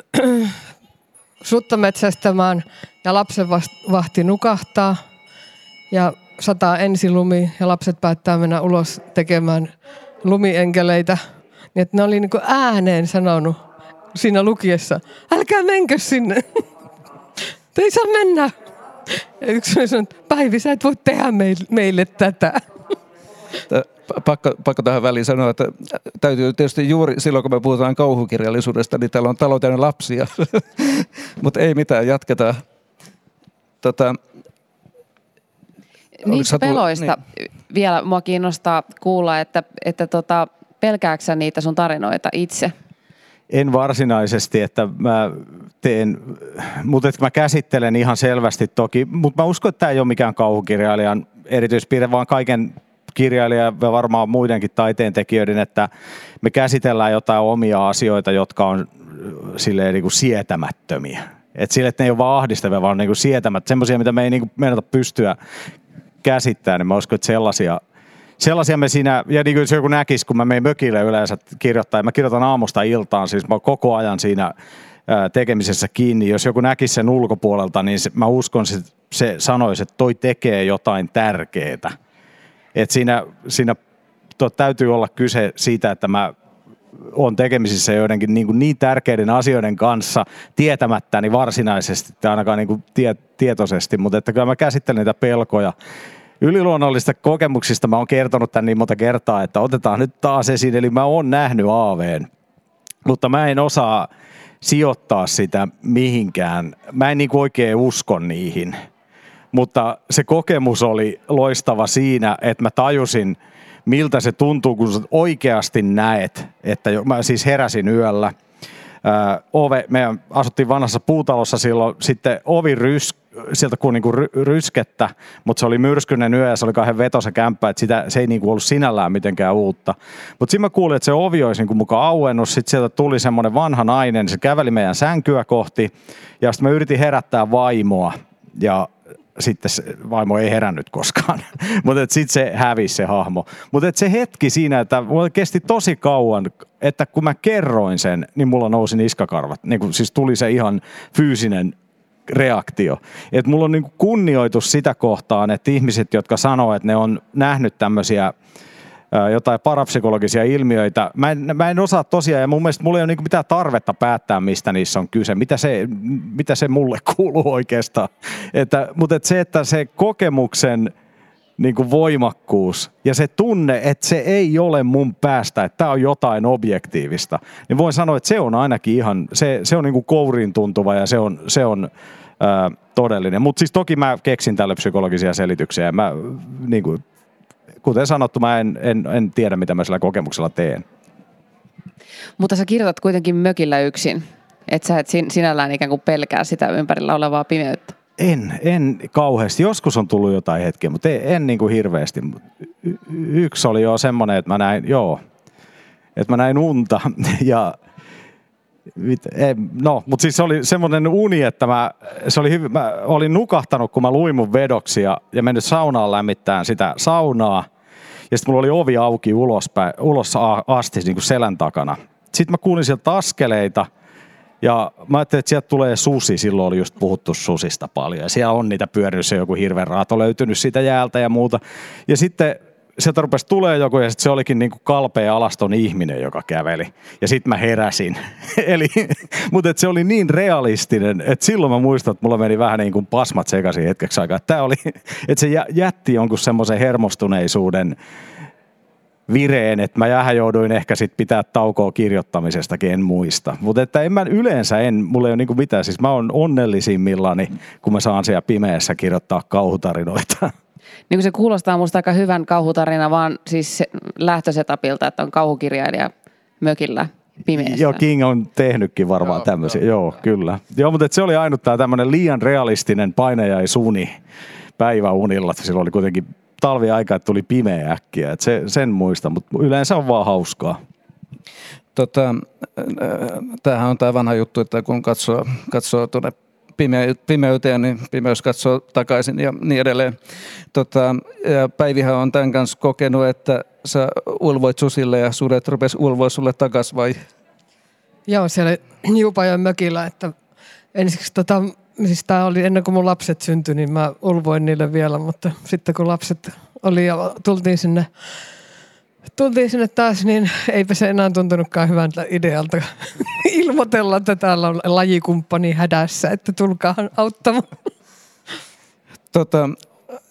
sutta metsästämään ja lapsen vahti nukahtaa ja sataa ensilumi ja lapset päättää mennä ulos tekemään lumienkeleitä. Niin että ne oli niin kuin ääneen sanonut siinä lukiessa, älkää menkö sinne, te ei saa mennä. Ja yksi sanoi, että Päivi, sä et voi tehdä meille tätä. pakko, pakko tähän väliin sanoa, että täytyy tietysti juuri silloin, kun me puhutaan kauhukirjallisuudesta, niin täällä on talouden lapsia. Mutta ei mitään, jatketaan. Tota, Niistä peloista niin. Vielä mua kiinnostaa kuulla, että, että tota, pelkääksä niitä sun tarinoita itse? En varsinaisesti, että mä teen, mutta että mä käsittelen ihan selvästi toki, mutta mä uskon, että tämä ei ole mikään kauhukirjailijan erityispiirre, vaan kaiken kirjailijan ja varmaan muidenkin taiteentekijöiden, että me käsitellään jotain omia asioita, jotka on silleen niin kuin sietämättömiä. Että sille, että ne ei ole vaan ahdistavia, vaan niin kuin sietämättömiä, semmoisia, mitä me ei niin kuin meinata pystyä käsittämään, niin mä uskon, että sellaisia Sellaisia me siinä, ja niin kuin se joku näkisi, kun mä menen mökille yleensä kirjoittaa, ja mä kirjoitan aamusta iltaan, siis mä oon koko ajan siinä tekemisessä kiinni. Jos joku näkisi sen ulkopuolelta, niin se, mä uskon, että se sanoisi, että toi tekee jotain tärkeää. Että siinä, siinä to, täytyy olla kyse siitä, että mä oon tekemisissä joidenkin niin, kuin niin tärkeiden asioiden kanssa tietämättäni varsinaisesti, tai ainakaan niin kuin tie, tietoisesti, mutta että kyllä mä käsittelen niitä pelkoja. Yliluonnollisista kokemuksista mä oon kertonut tän niin monta kertaa, että otetaan nyt taas esiin, eli mä oon nähnyt aaveen, mutta mä en osaa sijoittaa sitä mihinkään. Mä en niin kuin oikein usko niihin, mutta se kokemus oli loistava siinä, että mä tajusin, miltä se tuntuu, kun sä oikeasti näet, että mä siis heräsin yöllä. Öö, ove, meidän asuttiin vanhassa puutalossa silloin, sitten ovi rys, sieltä kuin niinku ry, ryskettä, mutta se oli myrskyinen yö ja se oli kahden veto se kämppä, että sitä, se ei niinku ollut sinällään mitenkään uutta. Mutta sitten mä kuulin, että se ovi olisi niinku mukaan auennut, sitten sieltä tuli semmoinen vanha nainen, se käveli meidän sänkyä kohti ja sitten mä yritin herättää vaimoa ja sitten se vaimo ei herännyt koskaan, mutta sitten se hävisi se hahmo. Mutta se hetki siinä, että mulla kesti tosi kauan, että kun mä kerroin sen, niin mulla nousi niskakarvat. Niin kun, siis tuli se ihan fyysinen reaktio. Että mulla on niin kuin kunnioitus sitä kohtaan, että ihmiset, jotka sanoo, että ne on nähnyt tämmöisiä jotain parapsykologisia ilmiöitä. Mä en, mä en osaa tosiaan, ja mun mielestä mulla ei ole niin mitään tarvetta päättää, mistä niissä on kyse. Mitä se, mitä se mulle kuuluu oikeastaan. Että, mutta että se, että se kokemuksen niin kuin voimakkuus ja se tunne, että se ei ole mun päästä, että tämä on jotain objektiivista, niin voin sanoa, että se on ainakin ihan, se, se on niin kuin kouriin tuntuva ja se on, se on ää, todellinen. Mutta siis toki mä keksin tälle psykologisia selityksiä ja mä niin kuin, kuten sanottu, mä en, en, en tiedä, mitä mä sillä kokemuksella teen. Mutta sä kirjoitat kuitenkin mökillä yksin, että sä et sinällään ikään kuin pelkää sitä ympärillä olevaa pimeyttä. En, en kauheasti. Joskus on tullut jotain hetkiä, mutta en, en niin kuin hirveästi. Y- yksi oli jo semmoinen, että mä näin, joo, että mä näin unta ja no, mutta siis se oli semmoinen uni, että mä, se oli hyvin, mä olin nukahtanut, kun mä luin mun vedoksia ja mennyt saunaan lämmittämään sitä saunaa. Ja sitten mulla oli ovi auki ulospäin, ulos asti niin kuin selän takana. Sitten mä kuulin sieltä askeleita ja mä ajattelin, että sieltä tulee susi. Silloin oli just puhuttu susista paljon ja siellä on niitä pyörinyt, se joku hirveän raato löytynyt siitä jäältä ja muuta. Ja sitten sieltä rupesi tulee joku ja sitten se olikin niin kuin kalpea alaston ihminen, joka käveli. Ja sitten mä heräsin. Eli, mutta se oli niin realistinen, että silloin mä muistan, että mulla meni vähän niin kuin pasmat sekaisin hetkeksi aikaa. Että, oli, että se jätti jonkun semmoisen hermostuneisuuden vireen, että mä vähän jouduin ehkä sitten pitää taukoa kirjoittamisestakin, en muista. Mutta että en mä yleensä, en, mulla ei ole niin kuin mitään. Siis mä oon onnellisimmillani, kun mä saan siellä pimeässä kirjoittaa kauhutarinoita. Niin kuin se kuulostaa musta aika hyvän kauhutarina, vaan siis lähtösetapilta, että on kauhukirjailija mökillä pimeässä. Joo, King on tehnytkin varmaan tämmöisiä. Joo, joo, kyllä. Joo, mutta se oli ainut tämä tämmöinen liian realistinen painajaisuni päiväunilla. Silloin oli kuitenkin talviaika, että tuli pimeä äkkiä. Et se, sen muista, mutta yleensä on vaan hauskaa. Tota, tämähän on tämä vanha juttu, että kun katsoo, katsoo tuonne pimeyteen, niin pimeys katsoo takaisin ja niin edelleen. Tota, ja Päivihän on tämän kanssa kokenut, että sä ulvoit susille ja sudet rupes ulvoa sulle takas vai? Joo, siellä Juupajoen mökillä, että ensiksi tota, siis tää oli ennen kuin mun lapset syntyi, niin mä ulvoin niille vielä, mutta sitten kun lapset oli ja tultiin sinne Tultiin sinne taas, niin eipä se enää tuntunutkaan hyvältä idealta ilmoitella, että täällä on lajikumppani hädässä, että tulkaa auttamaan. Tota,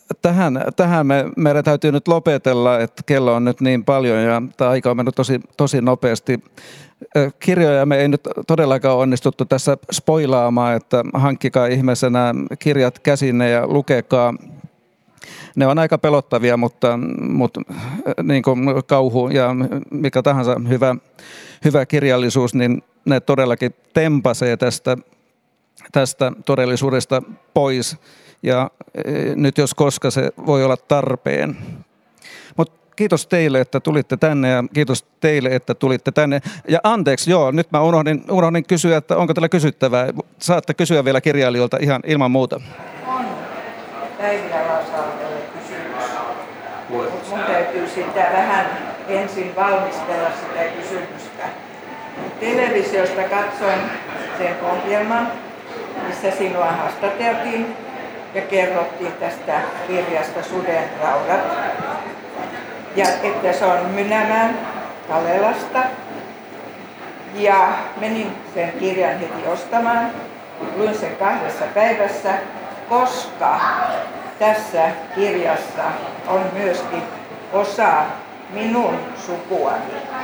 tähän, tähän me, meidän täytyy nyt lopetella, että kello on nyt niin paljon ja tämä aika on mennyt tosi, tosi nopeasti. Kirjoja me ei nyt todellakaan onnistuttu tässä spoilaamaan, että hankkikaa ihmeessä nämä kirjat käsinne ja lukekaa. Ne on aika pelottavia, mutta, mutta niin kuin kauhu ja mikä tahansa hyvä, hyvä kirjallisuus, niin ne todellakin tempasee tästä, tästä todellisuudesta pois. Ja nyt jos koska se voi olla tarpeen. Mutta kiitos teille, että tulitte tänne ja kiitos teille, että tulitte tänne. Ja anteeksi, joo, nyt mä unohdin, unohdin kysyä, että onko teillä kysyttävää. Saatte kysyä vielä kirjailijoilta ihan ilman muuta. On. Päivi Alasalmelle kysymys. Mutta mun täytyy sitä vähän ensin valmistella sitä kysymystä. Televisiosta katsoin sen ohjelman, missä sinua haastateltiin ja kerrottiin tästä kirjasta Suden raudat. Ja että se on Mynämäen Kalelasta. Ja menin sen kirjan heti ostamaan. Luin sen kahdessa päivässä, koska tässä kirjassa on myöskin osa minun sukuani.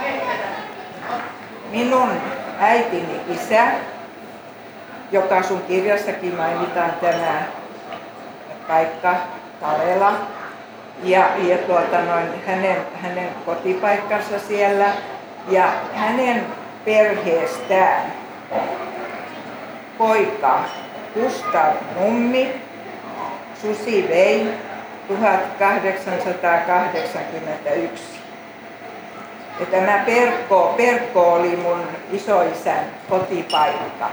Minun äitini isä, joka sun kirjassakin mainitaan tämä paikka Kalela, ja, ja tuota noin, hänen, hänen kotipaikkansa siellä ja hänen perheestään poika Gustav Nummi Susi vei tuhatkahdeksansataakahdeksankymmentäyksi. Ja tämä Perkko, Perkko oli mun isoisän kotipaikka.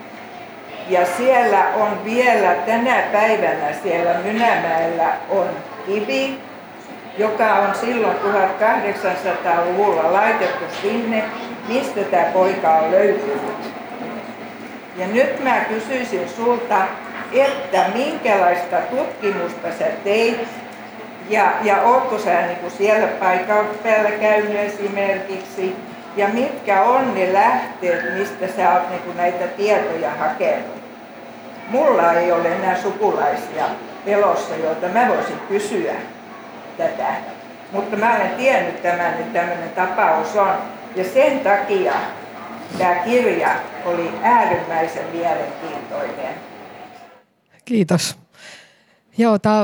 Ja siellä on vielä tänä päivänä siellä Mynämäellä on kivi, joka on silloin tuhatkahdeksansataaluvulla laitettu sinne, mistä tämä poika on löytynyt. Ja nyt mä kysyisin sulta, että minkälaista tutkimusta sä teit ja, ja ootko sä niin kuin siellä paikan päällä käynyt esimerkiksi ja mitkä on ne lähteet, mistä sä oot niin kuin näitä tietoja hakenut. Mulla ei ole enää sukulaisia pelossa, joilta mä voisin kysyä tätä, mutta mä olen tiennyt tämän, että tämmöinen tapaus on ja sen takia tämä kirja oli äärimmäisen mielenkiintoinen. Kiitos. Joo, tää,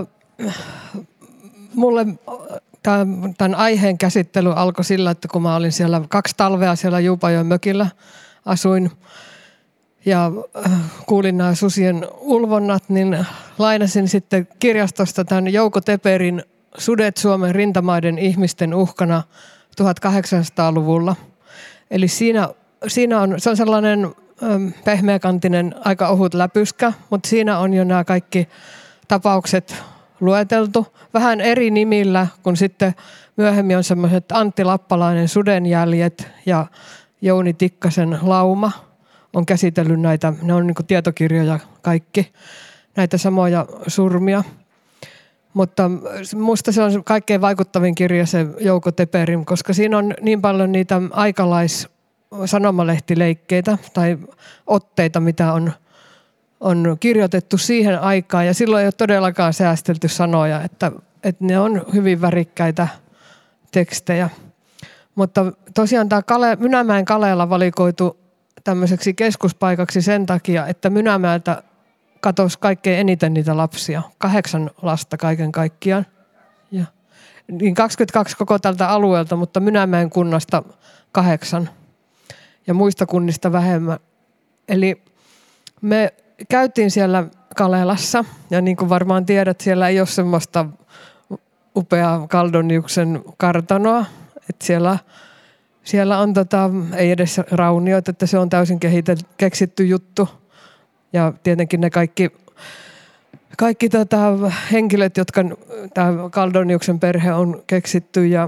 mulle tää, tämän aiheen käsittely alkoi sillä, että kun mä olin siellä kaksi talvea siellä Juupajoen mökillä, asuin ja kuulin nämä susien ulvonnat, niin lainasin sitten kirjastosta tämän Jouko Teperin Sudet Suomen rintamaiden ihmisten uhkana tuhatkahdeksansataaluvulla. Eli siinä, siinä on, se on sellainen pehmeäkantinen, aika ohut läpyskä, mutta siinä on jo nämä kaikki tapaukset lueteltu. Vähän eri nimillä, kun sitten myöhemmin on semmoiset Antti Lappalainen Sudenjäljet ja Jouni Tikkasen Lauma on käsitellyt näitä, ne on niin kuin tietokirjoja kaikki, näitä samoja surmia. Mutta musta se on kaikkein vaikuttavin kirja se Jouko Teperin, koska siinä on niin paljon niitä aikalais sanomalehtileikkeitä tai otteita, mitä on, on kirjoitettu siihen aikaan. Ja silloin ei ole todellakaan säästelty sanoja, että, että ne on hyvin värikkäitä tekstejä. Mutta tosiaan tämä Kale, Mynämäen Kalela valikoitu tämmöiseksi keskuspaikaksi sen takia, että Mynämäeltä katosi kaikkein eniten niitä lapsia. Kahdeksan lasta kaiken kaikkiaan. Ja, niin kaksikymmentäkaksi koko tältä alueelta, mutta Mynämäen kunnasta kahdeksan. Ja muista kunnista vähemmän. Eli me käytiin siellä Kalelassa, ja niin kuin varmaan tiedät, siellä ei ole semmoista upeaa Kaldoniuksen kartanoa. Että siellä, siellä on, tota, ei edes raunioita, että se on täysin kehitel, keksitty juttu. Ja tietenkin ne kaikki, kaikki tota, henkilöt, jotka tämä Kaldoniuksen perhe on keksitty ja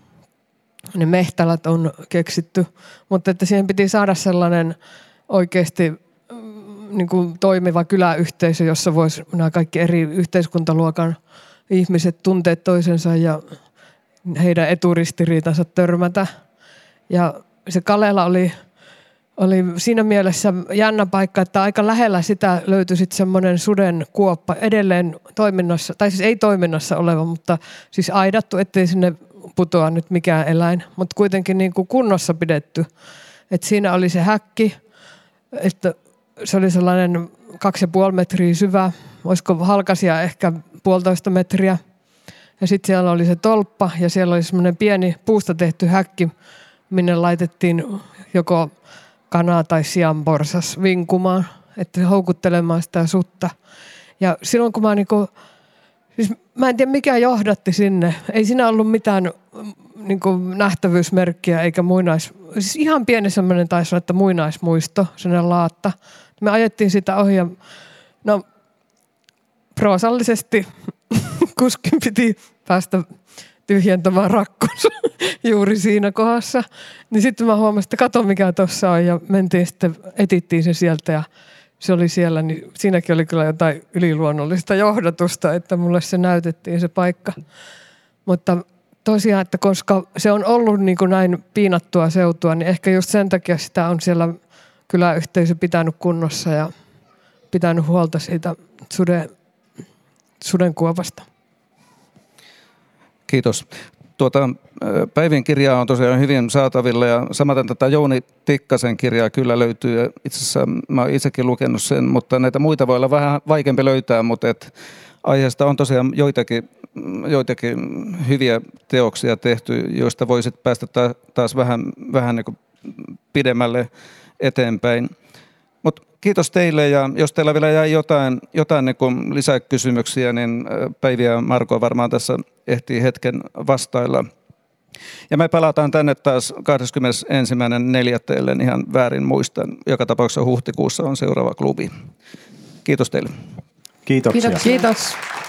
ne mehtälät on keksitty, mutta että siihen piti saada sellainen oikeasti niin kuin toimiva kyläyhteisö, jossa voisi nämä kaikki eri yhteiskuntaluokan ihmiset tuntea toisensa ja heidän eturistiriitansa törmätä. Ja se Kalela oli, oli siinä mielessä jännä paikka, että aika lähellä sitä löytyi sitten semmoinen suden kuoppa edelleen toiminnassa, tai siis ei toiminnassa oleva, mutta siis aidattu, ettei sinne putoa nyt mikään eläin, mutta kuitenkin niin kuin kunnossa pidetty. Et siinä oli se häkki, että se oli sellainen kaksi ja puoli metriä syvä, olisiko halkaisia ehkä puolitoista metriä. Ja sitten siellä oli se tolppa ja siellä oli semmoinen pieni puusta tehty häkki, minne laitettiin joko kanaa tai sianporsas vinkumaan, että houkuttelemaan sitä sutta. Ja silloin kun mä niinku, siis mä en tiedä mikä johdatti sinne, ei siinä ollut mitään niinku nähtävyysmerkkiä eikä muinais, siis ihan pieni semmoinen taisi olla, että muinaismuisto, sellainen laatta. Me ajettiin sitä ohi ja no proosallisesti kuskin piti päästä tyhjentämään rakkos juuri siinä kohdassa. Niin sitten mä huomasin, että kato mikä tuossa on ja mentiin sitten, etittiin se sieltä ja se oli siellä. Niin siinäkin oli kyllä jotain yliluonnollista johdatusta, että mulle se näytettiin se paikka. Mutta tosiaan, että koska se on ollut niin kuin näin piinattua seutua, niin ehkä just sen takia sitä on siellä kyläyhteisö pitänyt kunnossa ja pitänyt huolta siitä suden, sudenkuopasta. Kiitos. Tuota, Päivin kirjaa on tosiaan hyvin saatavilla ja samaten tätä Jouni Tikkasen kirjaa kyllä löytyy. Itse asiassa mä oon itsekin lukenut sen, mutta näitä muita voi olla vähän vaikeampi löytää, mutta et aiheesta on tosiaan joitakin, joitakin hyviä teoksia tehty, joista voisit päästä taas vähän, vähän niin kuin pidemmälle eteenpäin. Mut kiitos teille ja jos teillä vielä jäi jotain, jotain niin kuin lisäkysymyksiä, niin Päivi ja Marko varmaan tässä ehtii hetken vastailla. Ja me palataan tänne taas kahdeskymmenesensimmäinen neljättä ellen ihan väärin muistan. Joka tapauksessa huhtikuussa on seuraava klubi. Kiitos teille. Kiitoksia. Kiitos. Kiitos.